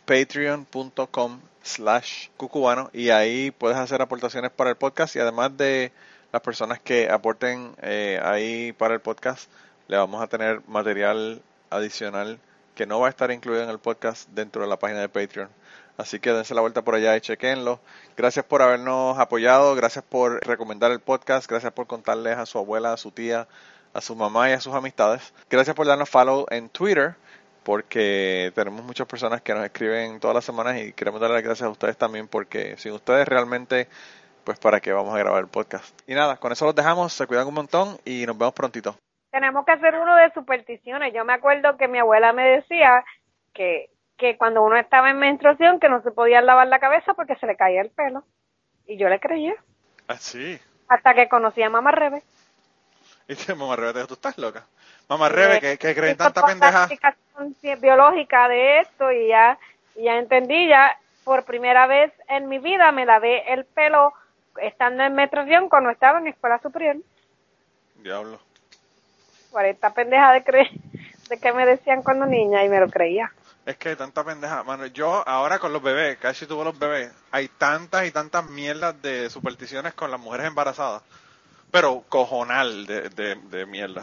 patreon.com/cucubano, y ahí puedes hacer aportaciones para el podcast, y además de las personas que aporten ahí para el podcast, le vamos a tener material adicional que no va a estar incluido en el podcast dentro de la página de Patreon. Así que dense la vuelta por allá y chequenlo. Gracias por habernos apoyado, gracias por recomendar el podcast, gracias por contarles a su abuela, a su tía, a su mamá y a sus amistades. Gracias por darnos follow en Twitter, porque tenemos muchas personas que nos escriben todas las semanas, y queremos darle las gracias a ustedes también, porque sin ustedes realmente, pues para qué vamos a grabar el podcast. Y nada, con eso los dejamos, se cuidan un montón y nos vemos prontito. Tenemos que hacer uno de supersticiones. Yo me acuerdo que mi abuela me decía que cuando uno estaba en menstruación, que no se podía lavar la cabeza porque se le caía el pelo. Y yo le creía. Ah, sí. Hasta que conocí a Mamá Rebe. Y te, Mamá Rebe, te dijo, tú estás loca. Mamá Rebe, que creen tanta pendeja. La explicación biológica de esto, y ya entendí. Ya por primera vez en mi vida me lavé el pelo estando en menstruación cuando estaba en escuela superior. Diablo. Por esta pendeja de que me decían cuando niña, y me lo creía. Es que hay tanta pendeja, mano. Yo ahora con los bebés, casi tuve los bebés, hay tantas y tantas mierdas de supersticiones con las mujeres embarazadas. Pero cojonal de mierda.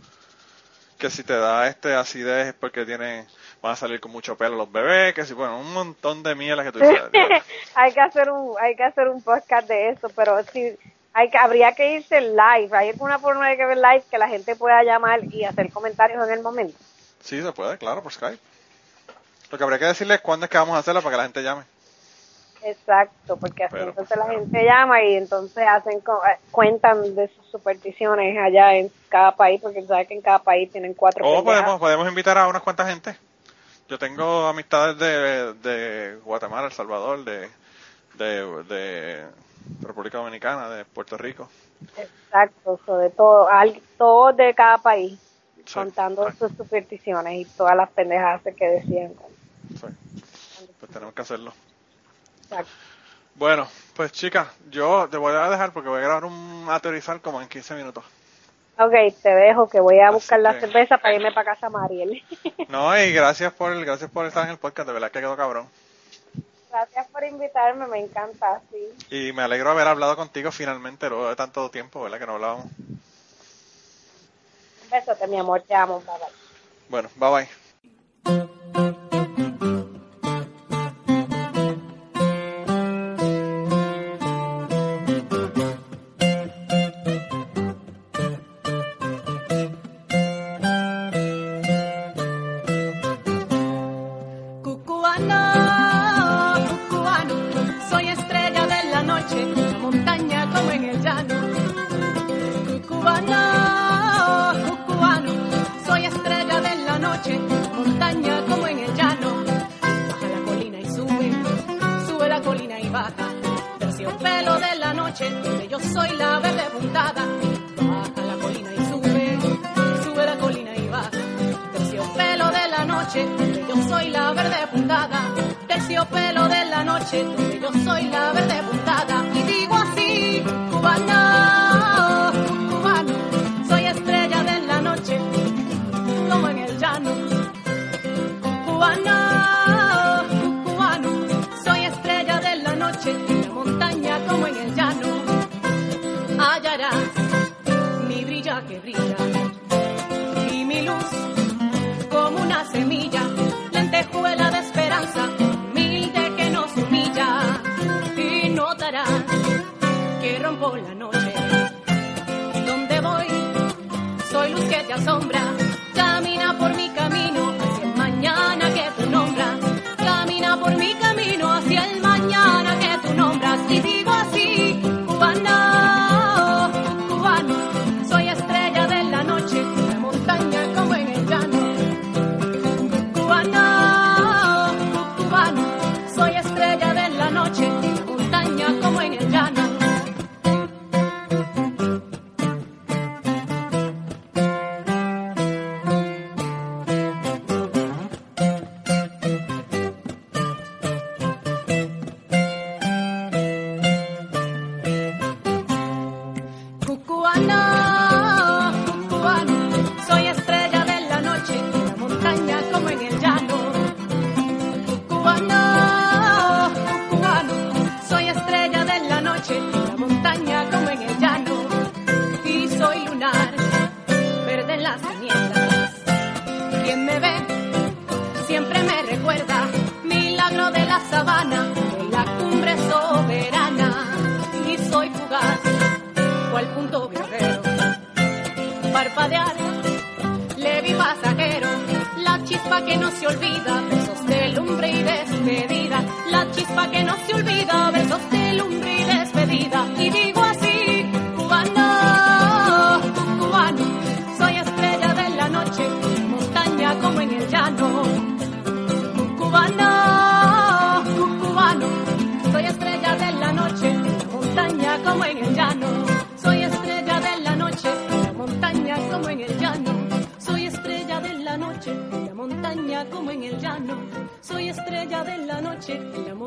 Que si te da acidez es porque van a salir con mucho pelo los bebés, que si, bueno, un montón de mierda que tú dices. hay que hacer un podcast de eso, pero sí, habría que irse live. ¿Hay alguna forma de que ver live que la gente pueda llamar y hacer comentarios en el momento? Sí, se puede, claro, por Skype. Lo que habría que decirles es cuándo es que vamos a hacerlo para que la gente llame. Exacto, porque así entonces la gente llama y entonces cuentan de sus supersticiones allá en cada país, porque sabes que en cada país tienen 4 podemos invitar a unas cuantas gente. Yo tengo amistades de Guatemala, El Salvador, de República Dominicana, de Puerto Rico. Exacto, sobre todo, todos de cada país, sí, contando sus supersticiones y todas las pendejadas que decían. Sí. Pues tenemos que hacerlo. Exacto. Bueno, pues chicas, yo te voy a dejar porque voy a grabar un aterrizar como en 15 minutos. Ok, te dejo que voy a buscar la que... cerveza para irme para casa Mariel. No, y gracias por estar en el podcast, de verdad que quedó cabrón. Gracias por invitarme, me encanta, sí. Y me alegro haber hablado contigo finalmente luego de tanto tiempo, ¿verdad? Que no hablábamos. Un besote, mi amor, te amo, bye bye. Bueno, bye bye. Donde yo soy la verde puntada, baja la colina y sube, sube la colina y baja. Terciopelo de la noche, donde yo soy la verde puntada. Terciopelo de la noche, donde yo soy la verde puntada. Y digo así, cubano, cubano, soy estrella de la noche, como en el llano. Cubano, cubano, soy estrella de la noche, en la montaña como en el llano. Hallarás mi brilla que brilla y mi luz como una semilla, lentejuela de esperanza, humilde que nos humilla. Y notarás que rompo la noche, donde voy soy luz que te asombra. Camina por mi camino hacia el mañana que tú nombras. Camina por mi camino hacia el mañana que tú nombras. Y digo así, cubano, cubano, soy estrella de la noche, en la montaña como en el llano. Cubano, cubano, soy estrella de la noche, en la montaña como en el llano. Como en el llano, soy estrella de la noche, en la